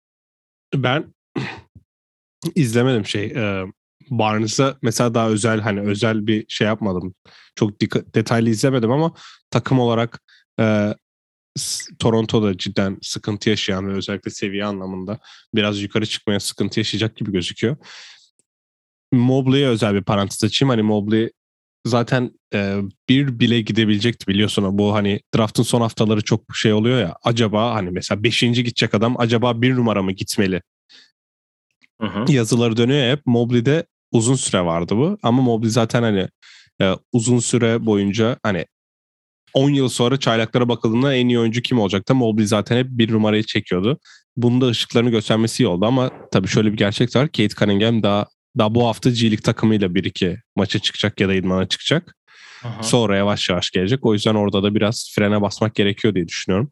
ben izlemedim şey. Um, Barnes'a mesela daha özel hani özel bir şey yapmadım. Çok dikkat, detaylı izlemedim ama takım olarak e, Toronto'da cidden sıkıntı yaşayan ve özellikle seviye anlamında biraz yukarı çıkmaya sıkıntı yaşayacak gibi gözüküyor. Mobley'e özel bir parantez açayım. Hani Mobley zaten e, bir bile gidebilecekti biliyorsun. Bu hani draft'ın son haftaları çok şey oluyor ya. Acaba hani mesela beşinci gidecek adam acaba bir numara mı gitmeli? Hı hı. Yazıları dönüyor ya hep. Mobley'de uzun süre vardı bu. Ama Mobley zaten hani e, uzun süre boyunca hani on yıl sonra çaylaklara bakıldığında en iyi oyuncu kim olacaktı? Mobley zaten hep bir numarayı çekiyordu. Bunun da ışıklarını göstermesi iyi oldu ama tabii şöyle bir gerçek var. Kate Cunningham daha daha bu hafta G League takımıyla bir iki maça çıkacak ya da idmana çıkacak. Aha. Sonra yavaş yavaş gelecek. O yüzden orada da biraz frene basmak gerekiyor diye düşünüyorum.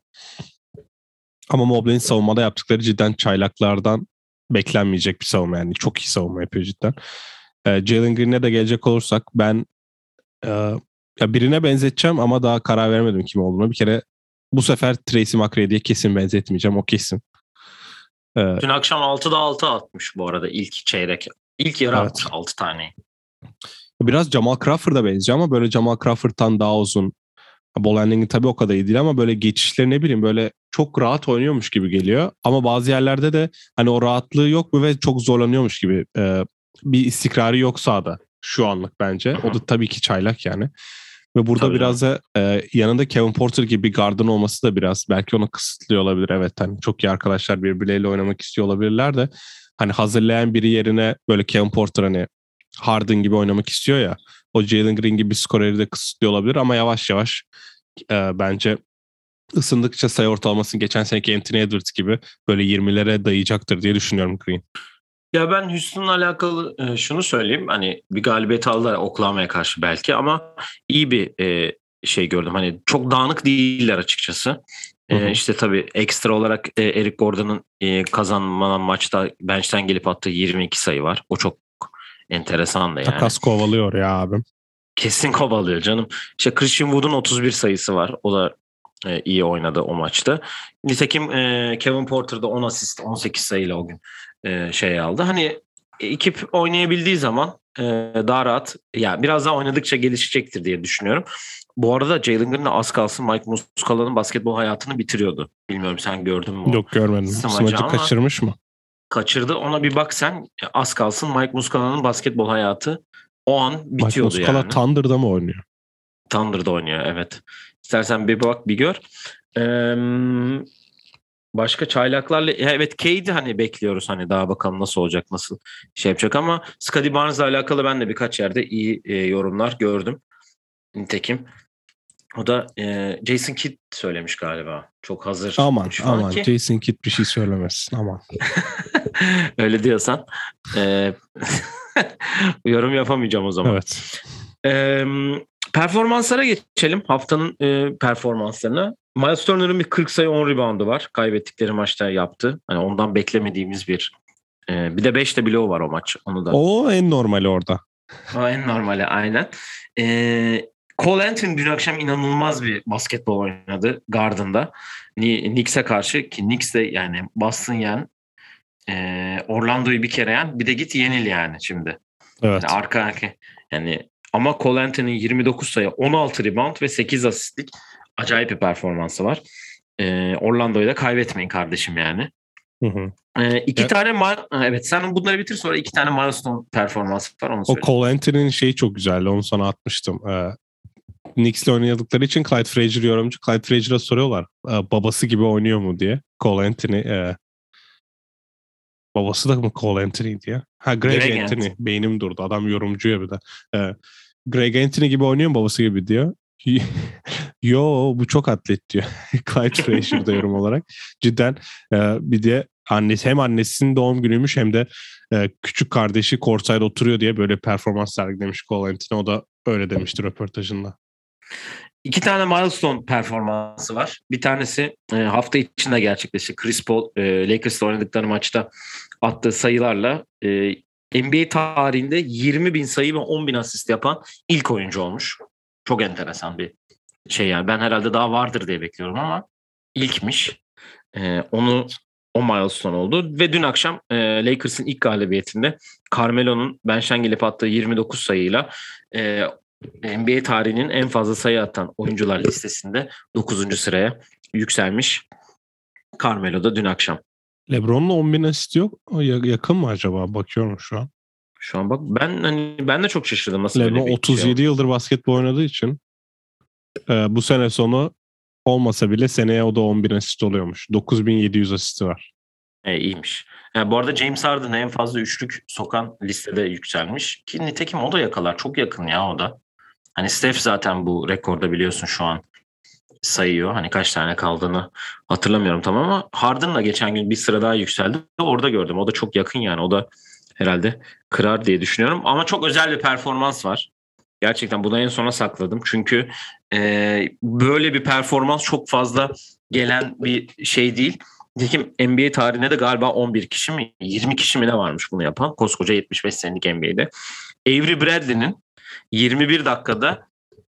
Ama Mobley'in savunmada yaptıkları cidden çaylaklardan beklenmeyecek bir savunma. Yani çok iyi savunma yapıyor cidden. Ee, Jalen Green'e de gelecek olursak ben e, ya birine benzeteceğim ama daha karar vermedim kim olduğunu. Bir kere bu sefer Tracy McGrady'ye kesin benzetmeyeceğim. O kesin. Ee, Dün akşam altıda altı atmış bu arada ilk çeyrek. İlk yarı evet. atmış altı tane. Biraz Jamal Crawford'a benziyor ama böyle Jamal Crawford'tan daha uzun. Ball handling'i tabii o kadar iyi değil ama böyle geçişleri ne bileyim böyle çok rahat oynuyormuş gibi geliyor. Ama bazı yerlerde de hani o rahatlığı yok mu ve çok zorlanıyormuş gibi. Ee, bir istikrarı yok sahada şu anlık bence. O da tabii ki çaylak yani. Ve burada Tabii biraz da e, yanında Kevin Porter gibi bir guard'ın olması da biraz belki onu kısıtlıyor olabilir. Evet, hani çok iyi arkadaşlar birbirleriyle oynamak istiyor olabilirler de hani hazırlayan biri yerine böyle Kevin Porter hani Harden gibi oynamak istiyor ya, o Jalen Green gibi bir skoreri de kısıtlıyor olabilir ama yavaş yavaş e, bence ısındıkça sayı ortalamasını geçen seneki Anthony Edwards gibi böyle yirmilere dayayacaktır diye düşünüyorum Green. Ya ben Houston'la alakalı e, şunu söyleyeyim. Hani bir galibiyet aldılar Oklahoma'ya karşı belki ama iyi bir e, şey gördüm. Hani çok dağınık değiller açıkçası. Hı E, hı. işte tabii ekstra olarak e, Eric Gordon'ın e, kazanmanan maçta bench'ten gelip attığı yirmi iki sayı var. O çok enteresan da yani. Takas kovalıyor ya abim. Kesin kovalıyor canım. İşte Christian Wood'un otuz bir sayısı var. O da e, iyi oynadı o maçta. Nitekim e, Kevin Porter da on asist on sekiz sayıyla o gün e, şey aldı. Hani ekip oynayabildiği zaman e, daha rahat, ya biraz daha oynadıkça gelişecektir diye düşünüyorum. Bu arada Jalen Green'le az kalsın Mike Muscala'nın basketbol hayatını bitiriyordu. Bilmiyorum sen gördün mü o Yok, görmedim. smacı Smacı ama kaçırmış mı? kaçırdı. Ona bir bak sen, az kalsın Mike Muscala'nın basketbol hayatı o an Mike bitiyordu Muscala yani. Thunder'da mı oynuyor? Thunder'da oynuyor, evet. İstersen bir bak bir gör. Ee, başka çaylaklarla evet Cade'i hani bekliyoruz, hani daha bakalım nasıl olacak, nasıl şey yapacak ama Scottie Barnes'la alakalı ben de birkaç yerde iyi e, yorumlar gördüm. Nitekim o da e, Jason Kidd söylemiş galiba. Çok Aman hazırmış falan aman ki. Jason Kidd bir şey söylemesin aman. Öyle diyorsan e, yorum yapamayacağım o zaman. Evet. Ee, performanslara geçelim. Haftanın e, performanslarına. Miles Turner'ın bir kırk sayı on reboundu var. Kaybettikleri maçta yaptı. Hani ondan beklemediğimiz bir e, bir de beş de bloğu var o maç. Onu da. O en normali orada. O en normali aynen. Ee, Cole Anthony dün akşam inanılmaz bir basketbol oynadı Garden'da. Knicks'e karşı, ki Knicks de yani Boston yen, e, Orlando'yu bir kere yen, bir de git yenil yani şimdi. Evet. Yani arka arka yani, ama Cole Anthony yirmi dokuz sayı, on altı rebound ve sekiz asistlik acayip bir performansı var. Ee, Orlando'yu da kaybetmeyin kardeşim yani. Hı hı. Ee, iki Ya, tane ma- evet sen bunları bitir, sonra iki tane milestone performansı var, onu o söyle. Cole Anthony'nin şeyi çok güzeldi. Onu sana atmıştım. Ee, Knicks'le oynadıkları için Clyde Frazier yorumcu. Clyde Frazier'a soruyorlar. E, babası gibi oynuyor mu diye. Cole Anthony. E, babası da mı Cole Anthony diye. Ha, Greg, Greg Anthony. Anthony. Beynim durdu. Adam yorumcuya bir de. E, Greg Anthony gibi oynuyor mu babası gibi diyor. Yo, bu çok atlet diyor. Clyde Frazier'da yorum olarak. Cidden e, bir de annesi, hem annesinin doğum günüymüş hem de e, küçük kardeşi courtside oturuyor diye böyle performans sergilemiş Cole Anthony. O da öyle demişti röportajında. İki tane milestone performansı var. Bir tanesi e, hafta içinde gerçekleşti. Chris Paul e, Lakers'la oynadıkları maçta attığı sayılarla e, N B A tarihinde yirmi bin sayı ve on bin asist yapan ilk oyuncu olmuş. Çok enteresan bir şey yani. Ben herhalde daha vardır diye bekliyorum ama ilkmiş. E, onu o milestone oldu. Ve dün akşam e, Lakers'ın ilk galibiyetinde Carmelo'nun bench'ten gelip attığı yirmi dokuz sayıyla e, N B A tarihinin en fazla sayı atan oyuncular listesinde dokuzuncu sıraya yükselmiş Carmelo da dün akşam. LeBron'la on bin asist yok. O yakın mı acaba? Bakıyorum şu an. Şu an bak ben hani ben de çok şaşırdım nasıl LeBron böyle bir otuz yedi şey yıldır basketbol oynadığı için e, bu sene sonu olmasa bile seneye o da on bin asist oluyormuş. dokuz bin yedi yüz asisti var. e, iyiymiş. Yani bu arada James Harden en fazla üçlük sokan listede yükselmiş. Ki nitekim o da yakalar. Çok yakın ya o da. Hani Steph zaten bu rekorda biliyorsun şu an sayıyor. Hani kaç tane kaldığını hatırlamıyorum tamam ama Harden'la geçen gün bir sıra daha yükseldi. Orada gördüm. O da çok yakın yani. O da herhalde kırar diye düşünüyorum. Ama çok özel bir performans var. Gerçekten bunu en sona sakladım. Çünkü e, böyle bir performans çok fazla gelen bir şey değil. Nitekim N B A tarihinde de galiba on bir kişi mi yirmi kişi mi ne varmış bunu yapan. Koskoca yetmiş beş senelik N B A'de. Avery Bradley'nin yirmi bir dakikada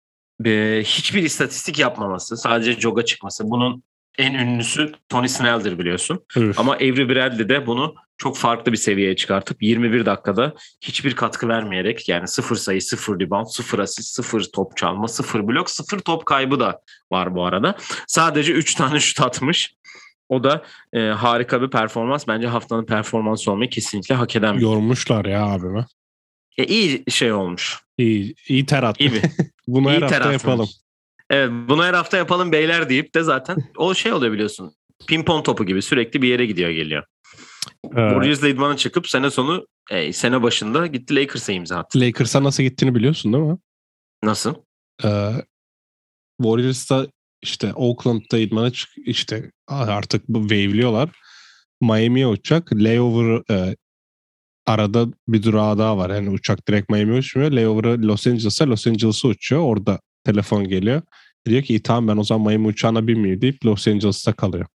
e, hiçbir istatistik yapmaması, sadece joga çıkması. Bunun en ünlüsü Tony Snell'dir biliyorsun. Üf. Ama Avery Bradley de bunu çok farklı bir seviyeye çıkartıp yirmi bir dakikada hiçbir katkı vermeyerek, yani sıfır sayı, sıfır rebound, sıfır asist, sıfır top çalma, sıfır blok, sıfır top kaybı da var bu arada. Sadece üç tane şut atmış. O da e, harika bir performans. Bence haftanın performansı olmayı kesinlikle hak eden bir. Yormuşlar ya abime. E, iyi şey olmuş. İyi, iyi ter attı. İyi bir. Bunu her İyi hafta teraslamış. yapalım. Evet, bunu her hafta yapalım beyler deyip de zaten o şey oluyor biliyorsun. Pimpon topu gibi sürekli bir yere gidiyor geliyor. Ee, Warriors'la idmana çıkıp sene sonu e, sene başında gitti Lakers'a imza attı. Lakers'a nasıl gittiğini biliyorsun değil mi? Nasıl? Ee, Warriors'ta işte Oakland'da idmana çık işte artık bu wave'liyorlar. Miami'ye uçacak. Layover e, arada bir durağı daha var. Yani uçak direkt Miami'ye uçmuyor. Layover'ı Los Angeles'a Los Angeles'a uçuyor. Orada telefon geliyor. Diyor ki iyi tamam ben o zaman Miami uçağına binmeyeyim deyip Los Angeles'ta kalıyor.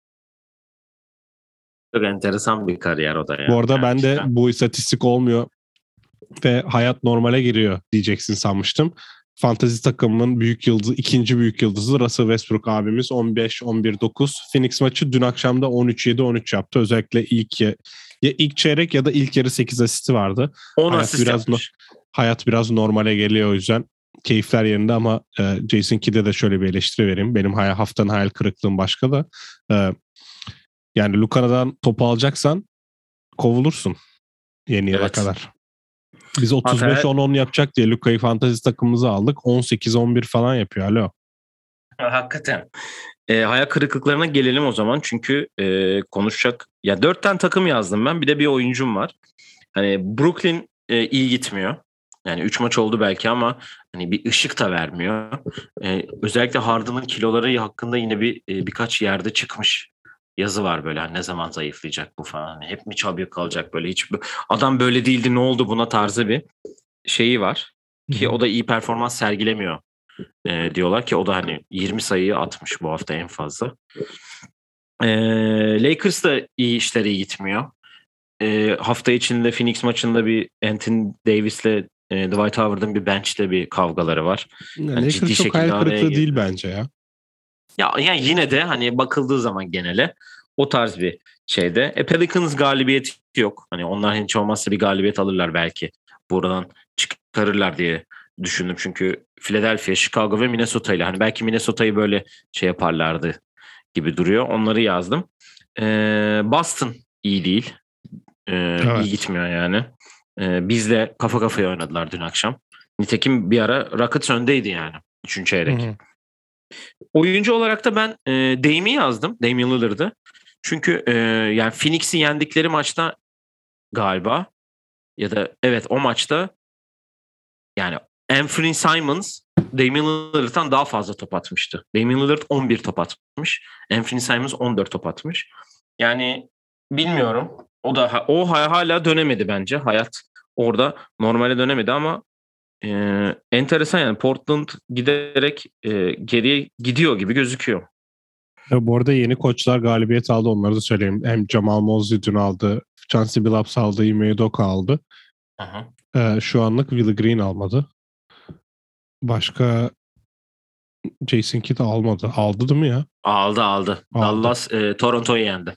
Çok enteresan bir kariyer o da ya. Bu arada Yani ben de işte. bu istatistik olmuyor ve hayat normale giriyor diyeceksin sanmıştım. Fantezi takımının büyük yıldızı, ikinci büyük yıldızı Russell Westbrook abimiz on beş on bir dokuz. Phoenix maçı dün akşam da on üç yedi on üç yaptı. Özellikle ilk ya ilk çeyrek ya da ilk yarı sekiz asisti vardı. on hayat asist biraz yapmış. hayat biraz normale geliyor o yüzden. Keyifler yerinde ama e, Jason Kidd'e de şöyle bir eleştiri vereyim. Benim hay- haftanın hayal kırıklığım başka da. E, yani Luka'dan topu alacaksan kovulursun yeni yıla Evet. kadar. Biz otuz beş Hatta on on yapacak diye Luka'yı fantezi takımımıza aldık. on sekiz on bir falan yapıyor. Alo. hakikaten. E, hayal kırıklıklarına gelelim o zaman. Çünkü e, konuşacak. Ya dört tane takım yazdım ben. Bir de bir oyuncum var. Hani Brooklyn e, iyi gitmiyor. Yani üç maç oldu belki ama hani bir ışık da vermiyor. E, özellikle Harden'ın kiloları hakkında yine bir e, birkaç yerde çıkmış yazı var böyle. Hani ne zaman zayıflayacak bu falan. Hani hep mi çabuk kalacak böyle hiç adam böyle değildi ne oldu buna tarzı bir şeyi var. Ki o da iyi performans sergilemiyor e, diyorlar ki o da hani yirmi sayıyı atmış bu hafta en fazla. E, Lakers da iyi işler iyi gitmiyor. E, hafta içinde Phoenix maçında bir Anthony Davis'le e, Dwight Howard'ın bir bench'te bir kavgaları var. Yani Lakers ciddi çok hayal şekilde araya kırıklığı değil girdi. bence ya. Ya yani yine de hani bakıldığı zaman genele o tarz bir şeyde. E, Pelicans galibiyeti yok. Hani onlar hiç olmazsa bir galibiyet alırlar belki. Buradan çıkarırlar diye düşündüm. Çünkü Philadelphia, Chicago ve Minnesota ile hani belki Minnesota'yı böyle şey yaparlardı gibi duruyor. Onları yazdım. Ee, Boston iyi değil. Ee, iyi Evet. gitmiyor yani. Ee, bizle kafa kafaya oynadılar dün akşam. Nitekim bir ara Rockets öndeydi yani. Üçüncü Hı çeyrek. hı. Oyuncu olarak da ben e, Dame'i yazdım. Damian Lillard'ı. Çünkü e, yani Phoenix'i yendikleri maçta galiba ya da evet o maçta yani Anthony Simons Damian Lillard'dan daha fazla top atmıştı. Damian Lillard on bir top atmış. Anthony Simons on dört top atmış. Yani bilmiyorum. O da o hala dönemedi bence. Hayat orada normale dönemedi ama e, enteresan yani Portland giderek e, geriye gidiyor gibi gözüküyor. Ya bu arada yeni koçlar galibiyet aldı onları da söyleyeyim. Hem Jamal Mosley dün aldı. Chauncey Billups aldı. Ime Udoka aldı. Aha. Ee, şu anlık Willie Green almadı. Başka Jason Kidd almadı. Aldı değil mi ya? Aldı aldı. Aldı. Dallas e, Toronto'yu yendi.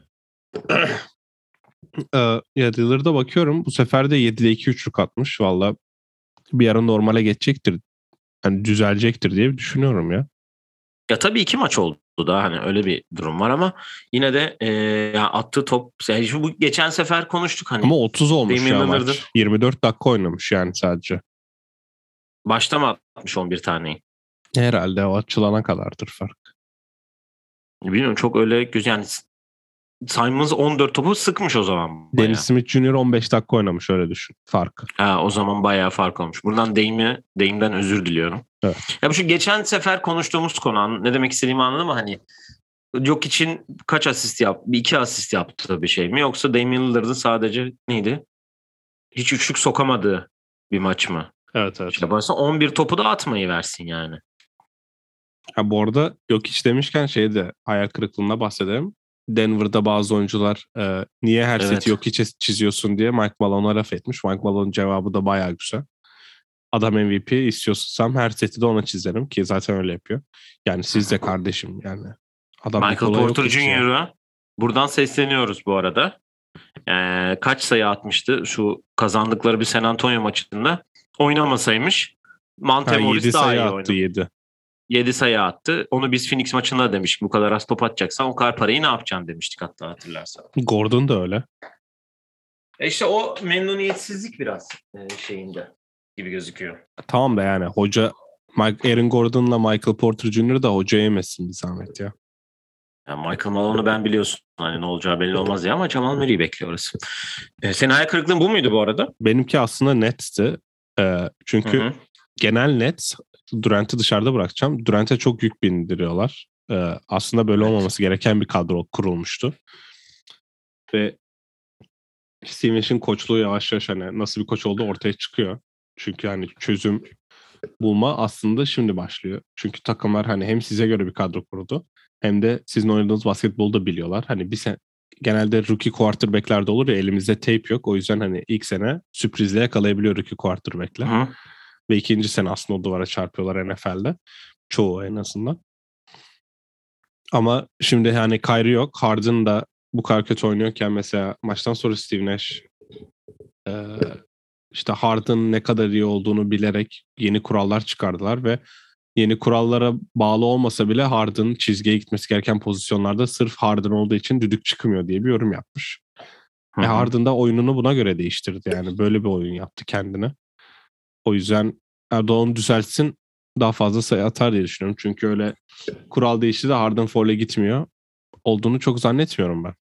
Ee, ya Lillard'a bakıyorum. Bu sefer de yedide iki üçlük atmış. Valla bir ara normale geçecektir. Yani düzelecektir diye düşünüyorum ya. Ya tabii iki maç oldu da hani öyle bir durum var ama yine de e, ya attığı top yani şu bu geçen sefer konuştuk Ama hani otuz olmuş Damian ya Lillard'ın maç. yirmi dört dakika oynamış yani sadece. başta mı atmış on bir taneyi? Herhalde o açılana kadardır fark. Bilmiyorum çok öyle güzel yani Simons on dört topu sıkmış o zaman Dennis bayağı. Smith Junior on beş dakika oynamış öyle düşün farkı. Ha, o zaman bayağı fark olmuş. Buradan Dame'e, Dame'den özür diliyorum. Evet. Ya bu şu geçen sefer konuştuğumuz konu ne demek istediğimi anladın mı? Hani yok için kaç asist yaptı? Bir iki asist yaptı bir şey mi? Yoksa Damian Lillard'ın sadece neydi? Hiç üçlük sokamadığı bir maç mı? Evet evet. İşte yaparsa on bir topu da atmayı versin yani. Ha, bu arada yok hiç demişken şey de hayal kırıklığına bahsedelim. Denver'da bazı oyuncular e, niye her Evet. seti yok hiç çiziyorsun diye Mike Malone'a laf etmiş. Mike Malone'un cevabı da bayağı güzel. Adam M V P istiyorsam her seti de ona çizerim ki zaten öyle yapıyor. Yani siz de kardeşim yani. Adam Michael Nikola Porter Jokic ya. Junior'a buradan sesleniyoruz bu arada. Ee, kaç sayı atmıştı şu kazandıkları bir San Antonio maçında? Oynamasaymış Monte Ha, Morris yedi daha sayı iyi attı oynadı. yedi. yedi sayı attı. Onu biz Phoenix maçında demiştik. Bu kadar az top atacaksan o kadar parayı ne yapacaksın demiştik hatta hatırlarsan. Gordon da öyle. E işte o memnuniyetsizlik biraz e, şeyinde gibi gözüküyor. Tamam da yani hoca Aaron Gordon'la Michael Porter Junior da hoca yemesin bir zahmet ya. Yani Michael Malone'u ben biliyorsun. Hani ne olacağı belli olmaz ya ama Jamal Murray'i bekliyor orası. Ee, senin hayal kırıklığın bu muydu bu arada? Benimki aslında Nets'ti. Ee, çünkü hı hı. genel Nets Durant'i dışarıda bırakacağım. Durant'e çok yük bindiriyorlar. Ee, aslında böyle evet. olmaması gereken bir kadro kurulmuştu. Ve Steve Nash'in koçluğu yavaş yavaş hani nasıl bir koç olduğu ortaya çıkıyor. Çünkü hani çözüm bulma aslında şimdi başlıyor. Çünkü takımlar hani hem size göre bir kadro kurdu hem de sizin oynadığınız basketbolu da biliyorlar. Hani bir sen genelde rookie quarterback'lerde olur ya, elimizde tape yok. O yüzden hani ilk sene sürprizle yakalayabiliyor rookie quarterback'ler. Hı. Ve ikinci sene aslında o duvara çarpıyorlar N F L'de. Çoğu en azından. Ama şimdi hani Kyrie yok. Harden da bu kadar kötü oynuyorken mesela maçtan sonra Steve Nash e, işte Harden ne kadar iyi olduğunu bilerek yeni kurallar çıkardılar ve yeni kurallara bağlı olmasa bile Harden çizgiye gitmesi gereken pozisyonlarda sırf Harden olduğu için düdük çıkmıyor diye bir yorum yapmış. Hı hı. E Harden da oyununu buna göre değiştirdi. Yani böyle bir oyun yaptı kendine. O yüzden Erdoğan düzeltsin, daha fazla sayı atar diye düşünüyorum. Çünkü öyle kural değişti de Harden foul'e gitmiyor olduğunu çok zannetmiyorum ben.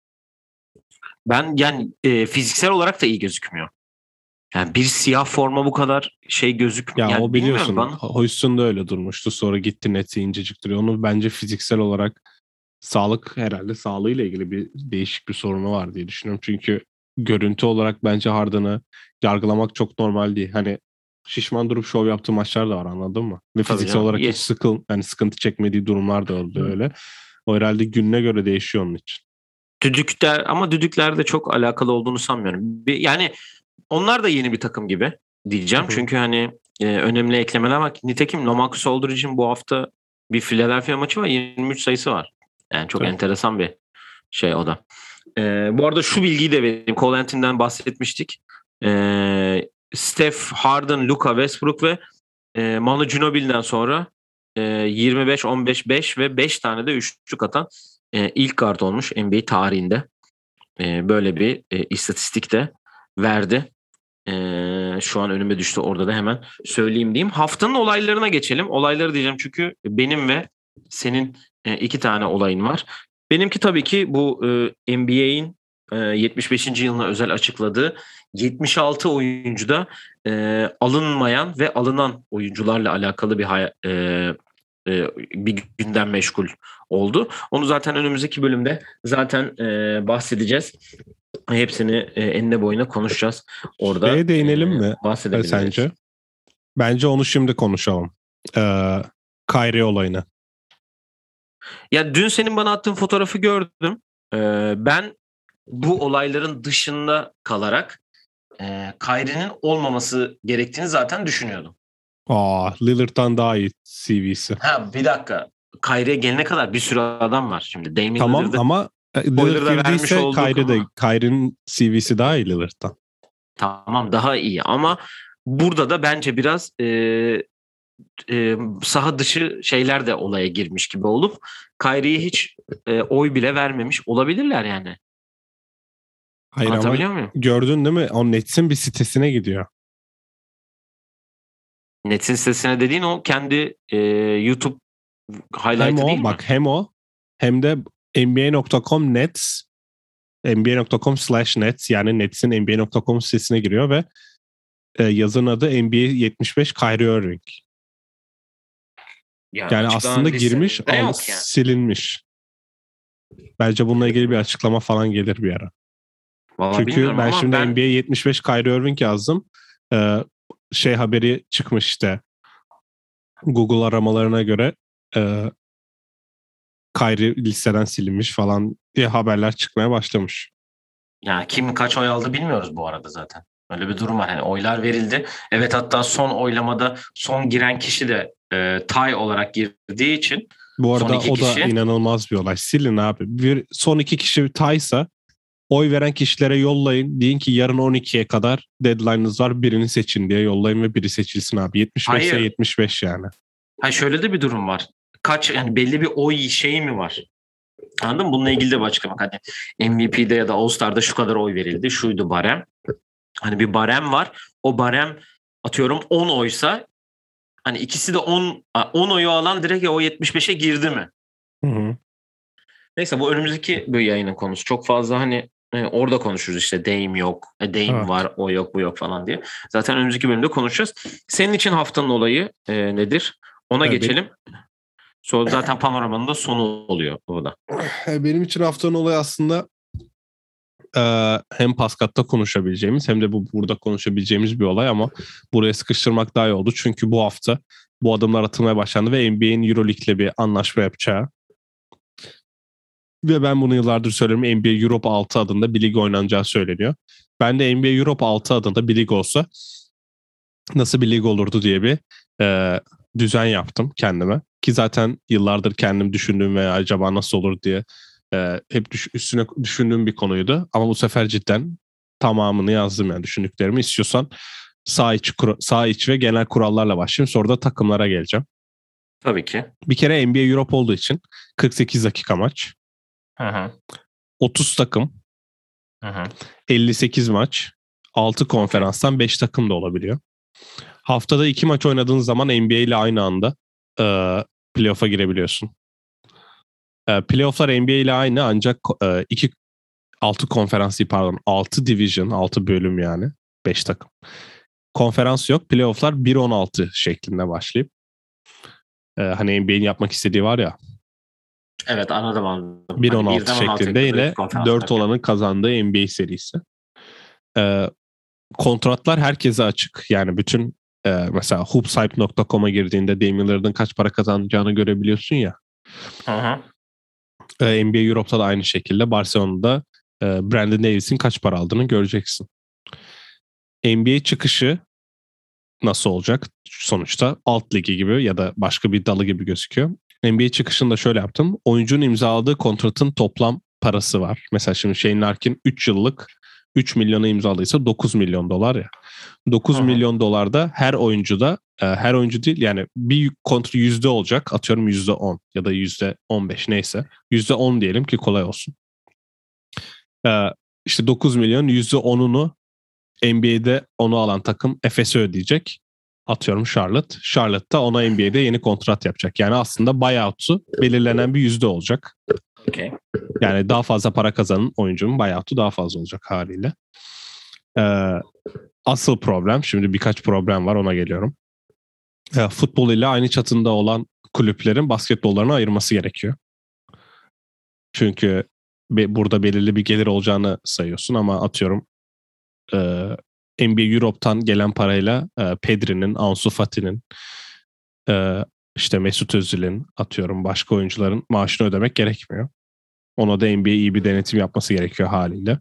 Ben yani e, fiziksel olarak da iyi gözükmüyor. Yani bir siyah forma bu kadar şey gözükmüyor. Ya yani o biliyorsun bana... Houston'da öyle durmuştu. Sonra gitti Nets'i incecik duruyor. Onu bence fiziksel olarak sağlık herhalde sağlığıyla ilgili bir değişik bir sorunu var diye düşünüyorum. Çünkü görüntü olarak bence Harden'ı yargılamak çok normal değil. Hani şişman durup şov yaptığı maçlar da var, anladın mı? Ve Tabii fiziksel canım. olarak Yes. hiç sıkıl, yani sıkıntı çekmediği durumlar da oldu öyle. O herhalde gününe göre değişiyor onun için. Düdükler ama düdüklerde çok alakalı olduğunu sanmıyorum. Bir, yani onlar da yeni bir takım gibi diyeceğim. Hı hı. Çünkü hani e, önemli eklemeler var. Nitekim Lamarcus Aldridge'in bu hafta bir Philadelphia maçı var. yirmi üç sayısı var. Yani çok evet. enteresan bir şey o da. E, bu arada şu bilgiyi de vereyim. Cole Anthony'den bahsetmiştik. E, Steph, Harden, Luka, Westbrook ve e, Manu Ginobili'den sonra e, yirmi beş, on beş, beş ve beş tane de üçlük atan e, ilk guard olmuş N B A tarihinde. E, böyle bir e, istatistik de verdi. E, şu an önüme düştü, orada da hemen söyleyeyim diyeyim. Haftanın olaylarına geçelim. Olayları diyeceğim çünkü benim ve senin e, iki tane olayın var. Benimki tabii ki bu e, N B A'in e, yetmiş beşinci yılına özel açıkladığı yetmiş altı oyuncuda e, alınmayan ve alınan oyuncularla alakalı bir hay- e, e, bir gündem meşgul oldu. Onu zaten önümüzdeki bölümde zaten e, bahsedeceğiz. Hepsini e, enine boyuna konuşacağız. Orada Şeye değinelim e, mi bahsedebiliriz. Sence? Bence onu şimdi konuşalım. Ee, Kyrie olayını. Ya dün senin bana attığın fotoğrafı gördüm. Ee, ben bu olayların dışında kalarak e, Kyrie'nin olmaması gerektiğini zaten düşünüyordum. Aa, Lillard'dan daha iyi C V'si. Ha bir dakika. Kyrie'ye gelene kadar bir sürü adam var şimdi. Damian tamam Lillard'ı ama Lillard girdiyse Kyrie'de, Kyrie'nin C V'si daha iyi Lillard'dan. Tamam, daha iyi ama burada da bence biraz e, e, saha dışı şeyler de olaya girmiş gibi olup Kyrie'ye hiç e, oy bile vermemiş olabilirler yani. Hayır ama muyum? Gördün değil mi? O Nets'in bir sitesine gidiyor. Nets'in sitesine dediğin o kendi e, YouTube highlight'ı değil mi? Bak hem o hem de N B A nokta com Nets N B A nokta com slash Nets yani Nets'in N B A nokta com sitesine giriyor ve e, yazın adı N B A yetmiş beş Kyrie Irving. Yani, yani aslında girmiş ama yani. silinmiş. Bence bununla ilgili bir açıklama falan gelir bir ara. Vallahi Çünkü ben şimdi ben... N B A yetmiş beş Kyrie Irving yazdım. Ee, şey haberi çıkmış işte. Google aramalarına göre e, Kyrie listeden silinmiş falan diye haberler çıkmaya başlamış. Yani kim kaç oy aldı bilmiyoruz bu arada zaten. Öyle bir durum var. Yani oylar verildi. Evet, hatta son oylamada son giren kişi de e, tie olarak girdiği için. Bu arada o kişi... da inanılmaz bir olay. Silin abi. Bir, son iki kişi tie'sa oy veren kişilere yollayın. Deyin ki yarın on ikiye kadar deadline'ınız var. Birini seçin diye yollayın ve biri seçilsin abi. yetmiş beş ise yetmiş beş yani. Hayır, şöyle de bir durum var. Kaç yani belli bir oy şeyi mi var? Anladın mı? Bununla ilgili de bir açıklamak. Hani M V P'de ya da All-Star'da şu kadar oy verildi. Şuydu barem. Hani bir barem var. O barem atıyorum on oysa Hani ikisi de on on oyu alan direkt o yetmiş beşe girdi mi? Hı hı. Neyse bu önümüzdeki bir yayının konusu. Çok fazla hani e, orada konuşuruz işte Dame yok, e, Dame Evet. var, o yok, bu yok falan diye. Zaten önümüzdeki bölümde konuşacağız. Senin için haftanın olayı e, nedir? Ona Evet, geçelim. Sonra zaten panoramanın da sonu oluyor burada. Benim için haftanın olayı aslında e, hem Paskat'ta konuşabileceğimiz hem de bu burada konuşabileceğimiz bir olay ama buraya sıkıştırmak daha iyi oldu. Çünkü bu hafta bu adımlar atılmaya başlandı ve N B A'in Euroleague'le bir anlaşma yapacağı ve ben bunu yıllardır söylüyorum, N B A Europe altı adında bir lig oynanacağı söyleniyor. Ben de N B A Europe altı adında bir lig olsa nasıl bir lig olurdu diye bir e, düzen yaptım kendime. Ki zaten yıllardır kendim düşündüğüm ve acaba nasıl olur diye e, hep düş, üstüne düşündüğüm bir konuydu. Ama bu sefer cidden tamamını yazdım yani düşündüklerimi. İstiyorsan sağ iç, sağ iç ve genel kurallarla başlayayım. Sonra da takımlara geleceğim. Tabii ki. Bir kere N B A Europe olduğu için kırk sekiz dakika maç. Hı hı. otuz takım. Hı hı. elli sekiz maç. altı konferanstan beş takım da olabiliyor. Haftada iki maç oynadığın zaman N B A ile aynı anda e, playoff'a girebiliyorsun. E, playoff'lar N B A ile aynı ancak e, iki altı konferans değil, pardon altı division, altı bölüm yani beş takım. Konferans yok. Playoff'lar bir on altı şeklinde başlayıp e, hani N B A'nin yapmak istediği var ya, Evet, anladım anladım. bir on Hani altı birden on altıya şeklinde kadar iki ile konferans dört varken. olanın kazandığı N B A serisi. E, kontratlar herkese açık. Yani bütün e, mesela hoopshype nokta com'a girdiğinde Damian Lillard'ın kaç para kazanacağını görebiliyorsun ya. Hı hı. E, N B A Europe'da da aynı şekilde Barcelona'da e, Brandon Davis'in kaç para aldığını göreceksin. N B A çıkışı nasıl olacak? Sonuçta alt ligi gibi ya da başka bir dalı gibi gözüküyor. N B A çıkışını da şöyle yaptım. Oyuncunun imzaladığı kontratın toplam parası var. Mesela şimdi Shane Larkin üç yıllık üç milyona imzaladıysa dokuz milyon dolar ya. dokuz Hı hı. milyon dolarda her oyuncuda e, her oyuncu değil yani bir kontrat yüzde olacak. Atıyorum yüzde on ya da yüzde on beş neyse. yüzde on diyelim ki kolay olsun. E, işte dokuz milyon yüzde onunu N B A'de onu alan takım Efes'e ödeyecek. Atıyorum Charlotte. Charlotte da ona N B A'de yeni kontrat yapacak. Yani aslında buyout'u belirlenen bir yüzde olacak. Okay. Yani daha fazla para kazanan oyuncunun buyout'u daha fazla olacak haliyle. Ee, asıl problem, şimdi birkaç problem var, ona geliyorum. Ee, futbol ile aynı çatında olan kulüplerin basketbollarını ayırması gerekiyor. Çünkü be, burada belirli bir gelir olacağını sayıyorsun ama atıyorum e, N B A Europe'tan gelen parayla e, Pedri'nin, Ansu Fati'nin, e, işte Mesut Özil'in, atıyorum başka oyuncuların maaşını ödemek gerekmiyor. Ona da N B A iyi bir denetim yapması gerekiyor haliyle.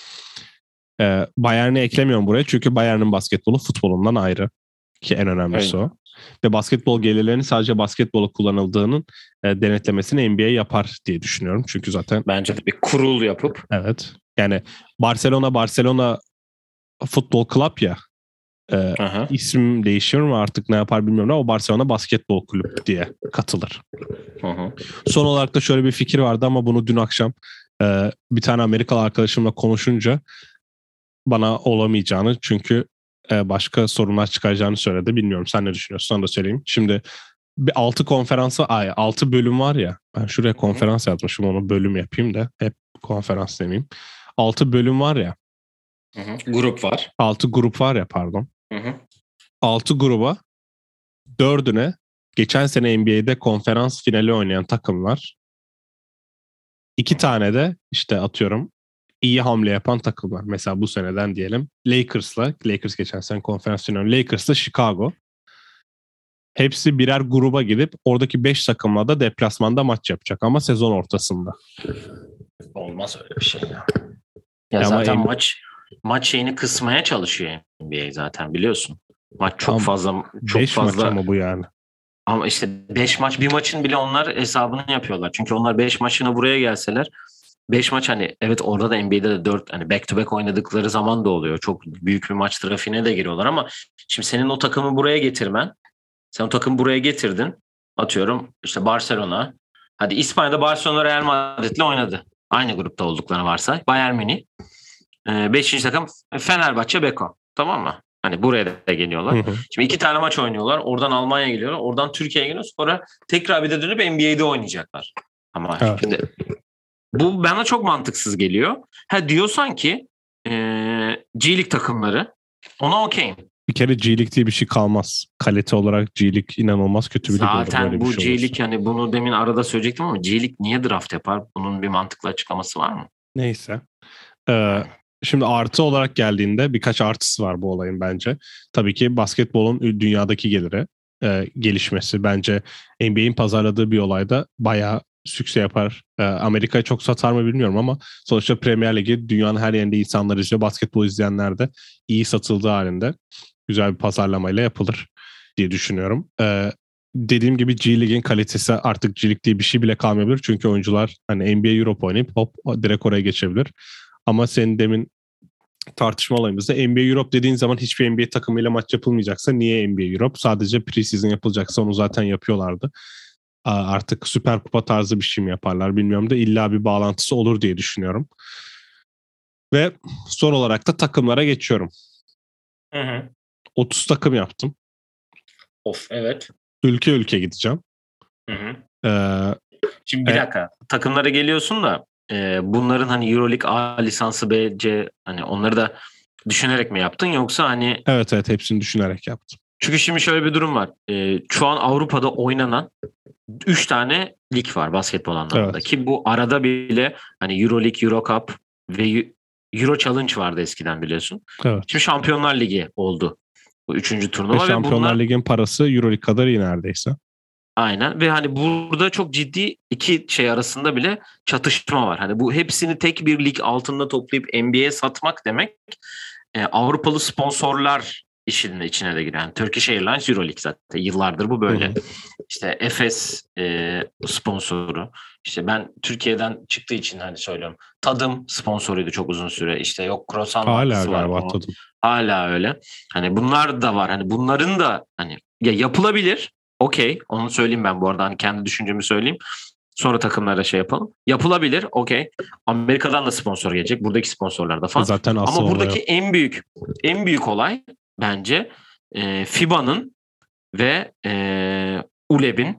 E, Bayern'i eklemiyorum buraya çünkü Bayern'in basketbolu futbolundan ayrı. Ki en önemlisi Evet. o. Ve basketbol gelirlerinin sadece basketbola kullanıldığının e, denetlemesini N B A yapar diye düşünüyorum. Çünkü zaten Bence de bir kurul yapıp. evet. Yani Barcelona Barcelona Futbol Club ya. E, Aha. isim değişir mi artık, ne yapar bilmiyorum ama o Barcelona Basketbol Kulüp diye katılır. Hı hı. Son olarak da şöyle bir fikir vardı ama bunu dün akşam e, bir tane Amerikalı arkadaşımla konuşunca bana olamayacağını, çünkü e, başka sorunlar çıkaracağını söyledi. Bilmiyorum, sen ne düşünüyorsun? Sana da söyleyeyim. Şimdi bir altı konferansı, ay altı bölüm var ya. Ben şuraya konferans yazmışım, onu bölüm yapayım da hep konferans demeyeyim. altı bölüm var ya. Hı hı. Grup var. altı grup var ya, pardon. Hı hı. altı gruba dördüne geçen sene N B A'de konferans finali oynayan takımlar. İki tane de işte atıyorum iyi hamle yapan takımlar. Mesela bu seneden diyelim Lakers'la, Lakers geçen sene konferans finali, Lakers'la Chicago. Hepsi birer gruba gidip oradaki beş takımla da deplasmanda maç yapacak ama sezon ortasında. Olmaz öyle bir şey ya. Ya Ama zaten N B A, maç maç şeyini kısmaya çalışıyor N B A zaten, biliyorsun. Maç çok tam fazla çok beş maç fazla ama bu yani. ama işte beş maç, bir maçın bile onlar hesabını yapıyorlar. Çünkü onlar beş maçını buraya gelseler beş maç, hani evet orada da N B A'de de dört, hani back to back oynadıkları zaman da oluyor. Çok büyük bir maç trafiğine de giriyorlar ama şimdi senin o takımı buraya getirmen, sen o takımı buraya getirdin. Atıyorum işte Barcelona. Hadi İspanya'da Barcelona Real Madrid'le oynadı. Aynı grupta olduklarını varsay. Bayern Münih. Ee, beşinci takım Fenerbahçe Beko. Tamam mı? Hani buraya da geliyorlar. Hı hı. Şimdi iki tane maç oynuyorlar. Oradan Almanya'ya geliyorlar. Oradan Türkiye'ye geliyor. Sonra tekrar bir de dönüp N B A'de oynayacaklar. Ama Evet. şimdi bu bana çok mantıksız geliyor. Ha diyorsan ki e, G League takımları ona okeyim. Bir kere G League diye bir şey kalmaz. Kalite olarak G League inanılmaz kötü bir lig olur böyle Zaten bir bu şey G olursa. League hani bunu demin arada söyleyecektim ama G League niye draft yapar? Bunun bir mantıklı açıklaması var mı? Neyse. Ee, şimdi artı olarak geldiğinde birkaç artısı var bu olayın bence. Tabii ki basketbolun dünyadaki geliri, e, gelişmesi bence N B A'in pazarladığı bir olayda bayağı sükse yapar. Ee, Amerika'ya çok satar mı bilmiyorum ama sonuçta Premier Ligi dünyanın her yerinde insanlar izliyor. Basketbol izleyenler de iyi satıldığı halinde güzel bir pazarlamayla yapılır diye düşünüyorum. Ee, dediğim gibi G League'in kalitesi artık G League diye bir şey bile kalmayabilir. Çünkü oyuncular hani N B A Europe oynayıp hop direkt oraya geçebilir. Ama senin demin tartışma olayımızda N B A Europe dediğin zaman hiçbir N B A takımıyla maç yapılmayacaksa niye N B A Europe? Sadece preseason yapılacaksa onu zaten yapıyorlardı. Artık Süper Kupa tarzı bir şey mi yaparlar bilmiyorum da illa bir bağlantısı olur diye düşünüyorum. Ve son olarak da takımlara geçiyorum. Hı hı. otuz takım yaptım. Of evet. Ülke ülke gideceğim. Hı hı. Ee, Şimdi bir e, dakika. Takımlara geliyorsun da e, bunların hani Euroleague A lisansı B, C hani onları da düşünerek mi yaptın yoksa hani evet evet hepsini düşünerek yaptım. çünkü şimdi şöyle bir durum var. E, şu an Avrupa'da oynanan üç tane lig var basketbol anlamında. Evet. Ki bu arada bile hani Euroleague, Eurocup ve Euro Challenge vardı eskiden biliyorsun. Evet. Şimdi Şampiyonlar Ligi oldu. Bu üçüncü Ve turnuva ve, Şampiyonlar bunlar Ligi'nin parası Euroleague kadar iyi neredeyse. aynen ve hani burada çok ciddi iki şey arasında bile çatışma var. Hani bu hepsini tek bir lig altında toplayıp N B A'ye satmak demek e, Avrupalı sponsorlar işinin içine de giren. Yani Turkish Airlines Euroleague zaten yıllardır bu böyle. Hı hı. İşte Efes e, sponsoru. İşte ben Türkiye'den çıktığı için hani söylüyorum. Tadım sponsoruydu çok uzun süre. İşte yok Croissant Hala markası var. galiba O, tadım. hala öyle. Hani bunlar da var. Hani bunların da hani ya yapılabilir. Okey. Onu söyleyeyim ben bu arada. Hani kendi düşüncemi söyleyeyim. Sonra takımlara şey yapalım. Yapılabilir. Okey. Amerika'dan da sponsor gelecek. Buradaki sponsorlar da falan. Zaten asıl Ama olay buradaki o. en büyük en büyük olay bence e, FIBA'nın ve e, U L E B'in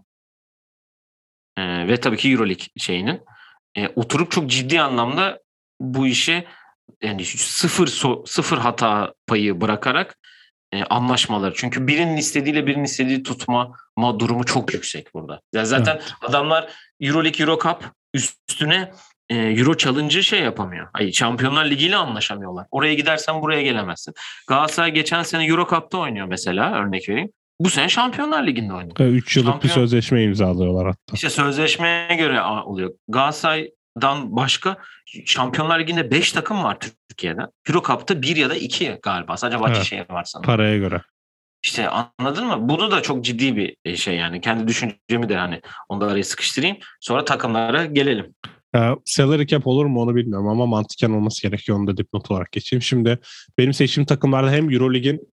e, ve tabii ki Euroleague şeyinin e, oturup çok ciddi anlamda bu işi yani sıfır so, sıfır hata payı bırakarak e, anlaşmaları. Çünkü birinin istediğiyle birinin istediği tutma durumu çok yüksek burada. Yani zaten Evet. adamlar Euroleague, Eurocup üstüne e, Euro Challenge'ı şey yapamıyor. Ay, Şampiyonlar Ligi ile anlaşamıyorlar. Oraya gidersen buraya gelemezsin. Galatasaray geçen sene Eurocup'ta oynuyor mesela örnek vereyim. Bu sene Şampiyonlar Ligi'nde oynuyor. üç yıllık bir Şampiyon sözleşme imzalıyorlar hatta. işte sözleşmeye göre oluyor. Galatasaray'dan başka Şampiyonlar Ligi'nde beş takım var Türkiye'de. Eurocup'ta bir ya da iki galiba. Sadece Başakşehir evet. var sanırım. Paraya göre. İşte anladın mı? Bunu da çok ciddi bir şey yani. Kendi düşüncemi de hani onu da araya sıkıştırayım. Sonra takımlara gelelim. Ee, salary cap olur mu onu bilmiyorum ama mantıken olması gerekiyor. Onu da dipnot olarak geçeyim. Şimdi benim seçtiğim takımlarda hem Euroleague'in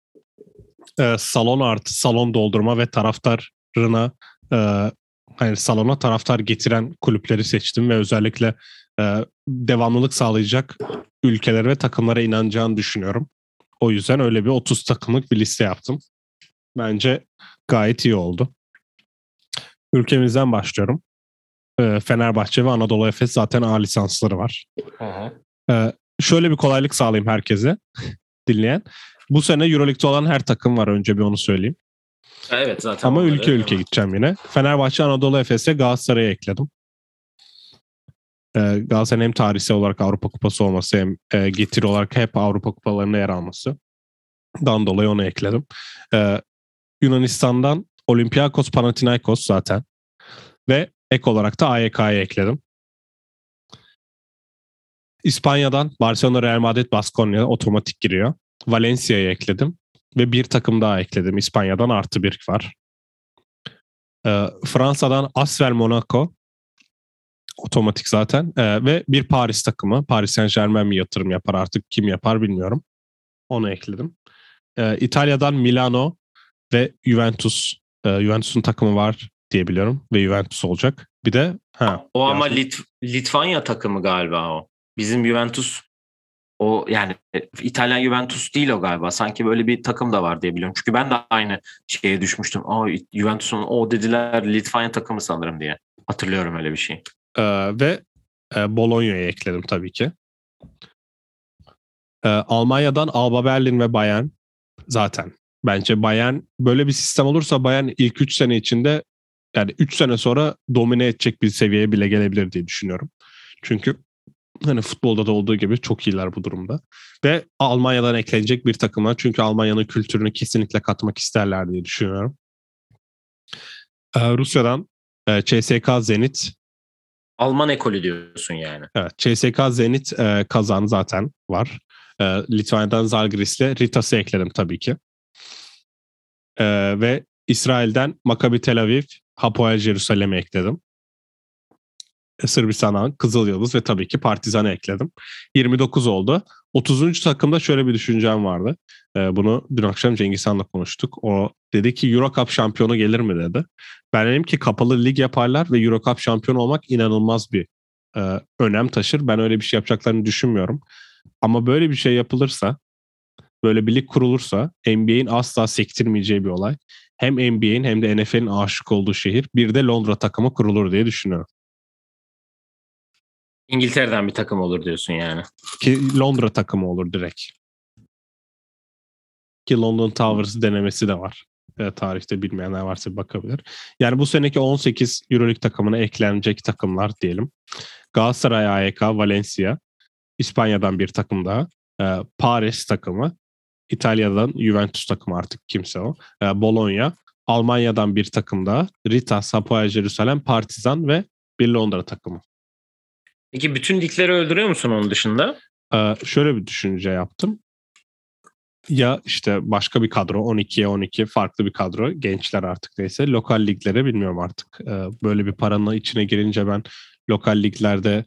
e, salon artı salon doldurma ve taraftarına e, hani salona taraftar getiren kulüpleri seçtim ve özellikle e, devamlılık sağlayacak ülkelere ve takımlara inanacağını düşünüyorum. O yüzden öyle bir otuz takımlık bir liste yaptım. Bence gayet iyi oldu. Ülkemizden başlıyorum. E, Fenerbahçe ve Anadolu Efes zaten A lisansları var. Hı hı. E, şöyle bir kolaylık sağlayayım herkese dinleyen. Bu sene Euroleague'de olan her takım var, önce bir onu söyleyeyim. Evet zaten Ama onları, ülke ülke evet. gideceğim yine. Fenerbahçe, Anadolu Efes'e Galatasaray'a ekledim. Ee, Galatasaray'ın hem tarihsel olarak Avrupa Kupası olması hem e, getiri olarak hep Avrupa Kupalarında yer alması. Dan dolayı onu ekledim. Ee, Yunanistan'dan Olympiakos, Panathinaikos zaten. Ve ek olarak da A Y K'yı ekledim. İspanya'dan Barcelona, Real Madrid, Baskonya otomatik giriyor. Valencia'yı ekledim. Ve bir takım daha ekledim. İspanya'dan artı bir var. Ee, Fransa'dan Asvel, Monaco otomatik zaten. Ee, ve bir Paris takımı. Paris Saint-Germain mi yatırım yapar artık, kim yapar bilmiyorum. Onu ekledim. Ee, İtalya'dan Milano ve Juventus. Ee, Juventus'un takımı var diye biliyorum. Ve Juventus olacak. Bir de ha, O ama yazdım. Lit- Litvanya takımı galiba o. Bizim Juventus O yani İtalyan Juventus değil o galiba. Sanki böyle bir takım da var diye biliyorum. Çünkü ben de aynı şeye düşmüştüm. Aa, Juventus'un o dediler Litvanya takımı sanırım diye. Hatırlıyorum öyle bir şey. Ee, ve e, Bologna'yı ekledim tabii ki. Ee, Almanya'dan Alba Berlin ve Bayern zaten. Bence Bayern böyle bir sistem olursa Bayern ilk üç sene içinde yani üç sene sonra domine edecek bir seviyeye bile gelebilir diye düşünüyorum. Çünkü hani futbolda da olduğu gibi çok iyiler bu durumda. Ve Almanya'dan eklenecek bir takımlar. Çünkü Almanya'nın kültürünü kesinlikle katmak isterler diye düşünüyorum. Ee, Rusya'dan e, C S K A Zenit. Alman ekolü diyorsun yani. Evet, C S K A Zenit e, Kazan zaten var. E, Litvanya'dan Zalgiris'le Ritas'ı ekledim tabii ki. E, ve İsrail'den Maccabi Tel Aviv, Hapoel Jerusalem'i ekledim. Sırbistan'dan Kızıl Yıldız ve tabii ki Partizan'ı ekledim. yirmi dokuz oldu. otuzuncu takımda şöyle bir düşüncem vardı. Ee, bunu dün akşam Cengiz Han'la konuştuk. O dedi ki Euro Cup şampiyonu gelir mi dedi. Ben dedim ki kapalı lig yaparlar ve Euro Cup şampiyonu olmak inanılmaz bir e, önem taşır. Ben öyle bir şey yapacaklarını düşünmüyorum. Ama böyle bir şey yapılırsa, böyle bir lig kurulursa N B A'in asla sektirmeyeceği bir olay. Hem N B A'in hem de N F L'in aşık olduğu şehir bir de Londra takımı kurulur diye düşünüyorum. İngiltere'den bir takım olur diyorsun yani. Ki Londra takımı olur direkt. Ki London Towers denemesi de var. E, tarihte bilmeyenler varsa bakabilir. Yani bu seneki on sekiz Euroleague takımına eklenecek takımlar diyelim. Galatasaray A Y K, Valencia, İspanya'dan bir takım daha. E, Paris takımı, İtalya'dan Juventus takımı artık kimse o. E, Bologna, Almanya'dan bir takım daha. Ritas, Hapoel Jerusalem, Partizan ve bir Londra takımı. Peki bütün ligleri öldürüyor musun onun dışında? E, şöyle bir düşünce yaptım. Ya işte başka bir kadro on ikiye on iki farklı bir kadro gençler artık neyse lokal liglere bilmiyorum artık ee, böyle bir paranın içine girince ben lokal liglerde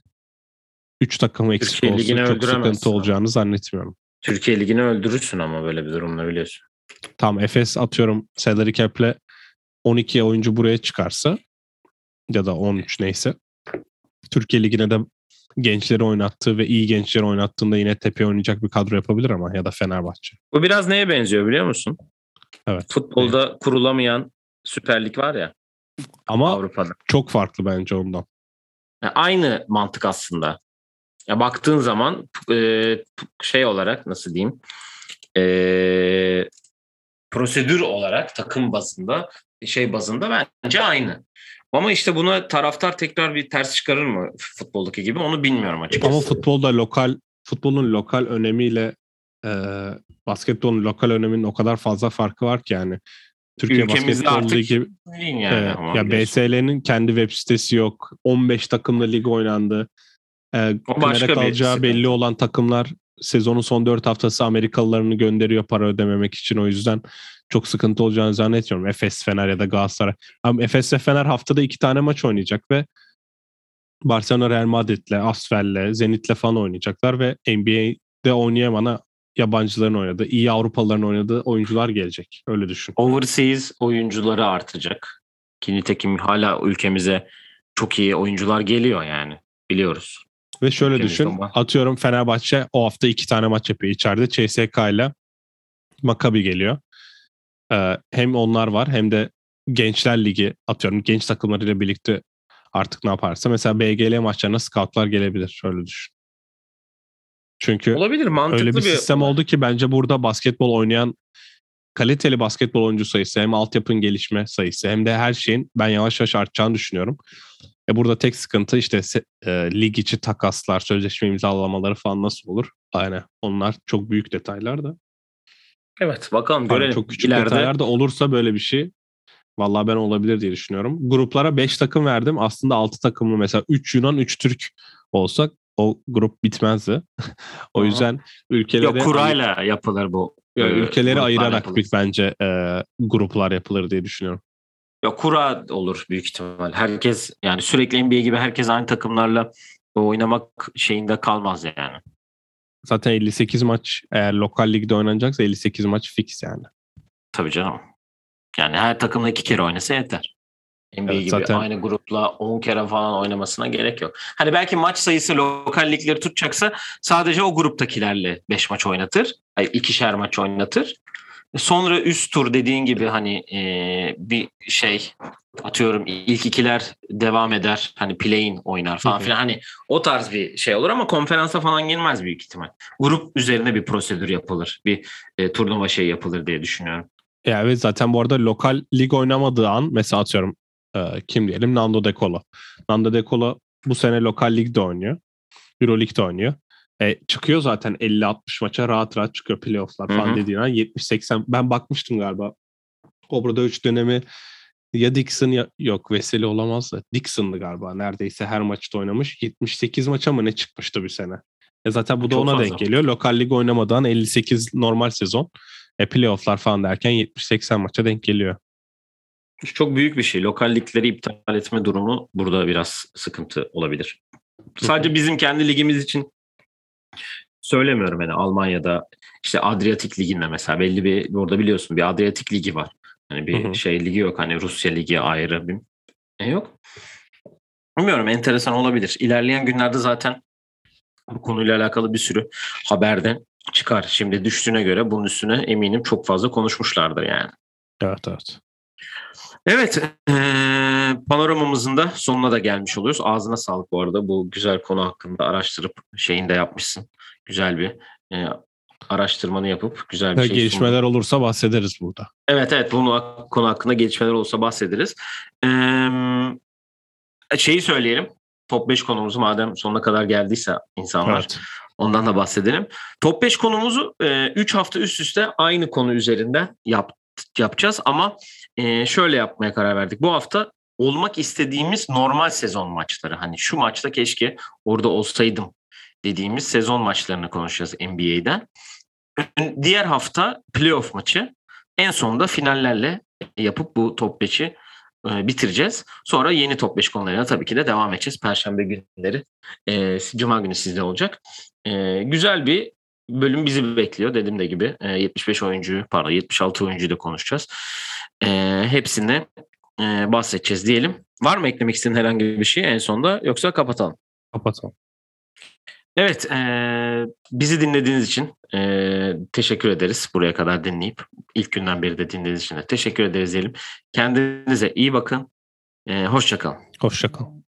üç takım eksik Türkiye olsa Ligi'ni çok sıkıntı öldüremezsin ama. olacağını zannetmiyorum. Türkiye Ligi'ni öldürürsün ama böyle bir durumda biliyorsun. Tam Efes atıyorum salary cap'le on iki oyuncu buraya çıkarsa ya da on üç neyse Türkiye Ligi'ne de gençleri oynattığı ve iyi gençleri oynattığında yine tepeye oynayacak bir kadro yapabilir ama ya da Fenerbahçe. Bu biraz neye benziyor biliyor musun? Evet. Futbolda Evet. kurulamayan Süper Lig var ya Ama Avrupa'da. çok farklı bence ondan. Yani aynı mantık aslında. Ya baktığın zaman e, şey olarak nasıl diyeyim? E, prosedür olarak takım bazında şey bazında bence aynı. Ama işte buna taraftar tekrar bir ters çıkarır mı futboldaki gibi onu bilmiyorum açıkçası. Ama futbolda lokal futbolun lokal önemiyle e, basketbolun lokal öneminin o kadar fazla farkı var ki yani. Türkiye Ülkemizde Basketbol artık Ligi e, yani ama ya biliyorsun. B S L'nin kendi web sitesi yok. on beş takımlı lig oynandı. E, O finale başka bir kalacağı belli sıkıntı. olan takımlar sezonun son dört haftası Amerikalılarını gönderiyor para ödememek için. O yüzden çok sıkıntı olacağını zannetmiyorum. Efes, Fener ya da Galatasaray. Ama Efes ve Fener haftada iki tane maç oynayacak ve Barcelona, Real Madrid'le, Asfel'le, Zenit'le falan oynayacaklar ve N B A'de oynayamana yabancıların oynadığı, iyi Avrupalıların oynadığı oyuncular gelecek. Öyle düşün. Overseas oyuncuları artacak. Ki nitekim hala ülkemize çok iyi oyuncular geliyor yani. Biliyoruz. Ve şöyle Ülkemizde düşün. var. Atıyorum Fenerbahçe o hafta iki tane maç yapıyor. İçeride C S K ile Maccabi geliyor. Ee, hem onlar var hem de Gençler Ligi atıyorum. Genç takımlarıyla birlikte artık ne yaparsa. Mesela B G L maçlarına scoutlar gelebilir. Öyle düşün. Çünkü Olabilir, öyle bir mantıklı bir sistem olay. oldu ki bence burada basketbol oynayan kaliteli basketbol oyuncu sayısı hem altyapının gelişme sayısı hem de her şeyin ben yavaş yavaş artacağını düşünüyorum. E burada tek sıkıntı işte e, lig içi takaslar, sözleşme imzalamaları falan nasıl olur? Aynen. Onlar çok büyük detaylar da. Evet, bakalım Pardon, görelim. çok küçük İleride detaylar da olursa böyle bir şey vallahi ben olabilir diye düşünüyorum. Gruplara beş takım verdim. Aslında altı takımlı mesela üç Yunan, üç Türk olsak o grup bitmezdi. O Aha. yüzden Yok, ülkeleri ayır, kurayla yapılır bu e, ülkeleri gruplar ayırarak yapılır. bir bence e, gruplar yapılır diye düşünüyorum. Ya kura olur büyük ihtimal. Herkes yani sürekli N B A gibi herkes aynı takımlarla oynamak şeyinde kalmaz yani. Zaten elli sekiz maç eğer lokal ligde oynanacaksa elli sekiz maç fix yani. Tabii canım. Yani her takımla iki kere oynasa yeter. N B A Evet, gibi zaten aynı grupla on kere falan oynamasına gerek yok. Hani belki maç sayısı lokal ligleri tutacaksa sadece o gruptakilerle beş maç oynatır. Hayır, ikişer maç oynatır. Sonra üst tur dediğin gibi hani e, bir şey atıyorum ilk ikiler devam eder. Hani play-in oynar hı falan hı. filan. Hani o tarz bir şey olur ama konferansa falan girmez büyük ihtimal. Grup üzerine bir prosedür yapılır. Bir e, turnuva şey yapılır diye düşünüyorum. Ya evet, zaten bu arada lokal lig oynamadığı an mesela atıyorum e, kim diyelim, Nando De Colo. Nando De Colo bu sene lokal ligde oynuyor. Euroleague'de oynuyor. E, çıkıyor zaten elli altmış maça rahat rahat çıkıyor, playoff'lar Hı falan hı. dediğin an yetmiş seksen, ben bakmıştım galiba. Obrada üç dönemi ya Dixon ya yok Veseli olamaz da Dixon'dı galiba. Neredeyse her maçta oynamış. yetmiş sekiz maça mı ne çıkmıştı bir sene. E zaten bu da Çok ona denk fazla. geliyor. Lokal lig oynamadan elli sekiz normal sezon. E playoff'lar falan derken yetmiş seksen maça denk geliyor. Çok büyük bir şey. Lokal ligleri iptal etme durumu burada biraz sıkıntı olabilir. Hı hı. Sadece bizim kendi ligimiz için söylemiyorum yani Almanya'da işte Adriyatik Ligi'nde mesela belli bir orada biliyorsun bir Adriyatik Ligi var. Hani Hı bir hı. şey ligi yok hani Rusya Ligi ayrı bir e yok. Bilmiyorum enteresan olabilir. İlerleyen günlerde zaten bu konuyla alakalı bir sürü haberden çıkar. Şimdi düştüğüne göre bunun üstüne eminim çok fazla konuşmuşlardır yani. Evet, evet. Evet, eee, panoramamızın da sonuna da gelmiş oluyoruz. Ağzına sağlık bu arada. Bu güzel konu hakkında araştırıp şeyini de yapmışsın. Güzel bir eee, araştırmanı yapıp güzel bir Ya, şey sundun. gelişmeler olursa bahsederiz burada. Evet evet bunu konu hakkında gelişmeler olsa bahsederiz. Eee, şeyi söyleyelim. Top beş konumuzu madem sonuna kadar geldiyse insanlar Evet. ondan da bahsedelim. Top beş konumuzu üç hafta üst üste aynı konu üzerinden yap, yapacağız ama e, şöyle yapmaya karar verdik. Bu hafta olmak istediğimiz normal sezon maçları. Hani şu maçta keşke orada olsaydım dediğimiz sezon maçlarını konuşacağız N B A'den. Diğer hafta playoff maçı. En sonunda finallerle yapıp bu top beşi e, bitireceğiz. Sonra yeni top beş konularına tabii ki de devam edeceğiz. Perşembe günleri, e, Cuma günü sizde olacak. E, güzel bir bölüm bizi bekliyor. Dediğim de gibi e, yetmiş beş oyuncuyu, pardon yetmiş altı oyuncuyu da konuşacağız. E, hepsini e, bahsedeceğiz diyelim. Var mı eklemek istediğin herhangi bir şey en sonda yoksa kapatalım? Kapatalım. Evet, eee, bizi dinlediğiniz için eee, teşekkür ederiz. Buraya kadar dinleyip ilk günden beri de dinlediğiniz için de teşekkür ederiz diyelim. Kendinize iyi bakın. Eee hoşça kalın. Hoşça kal.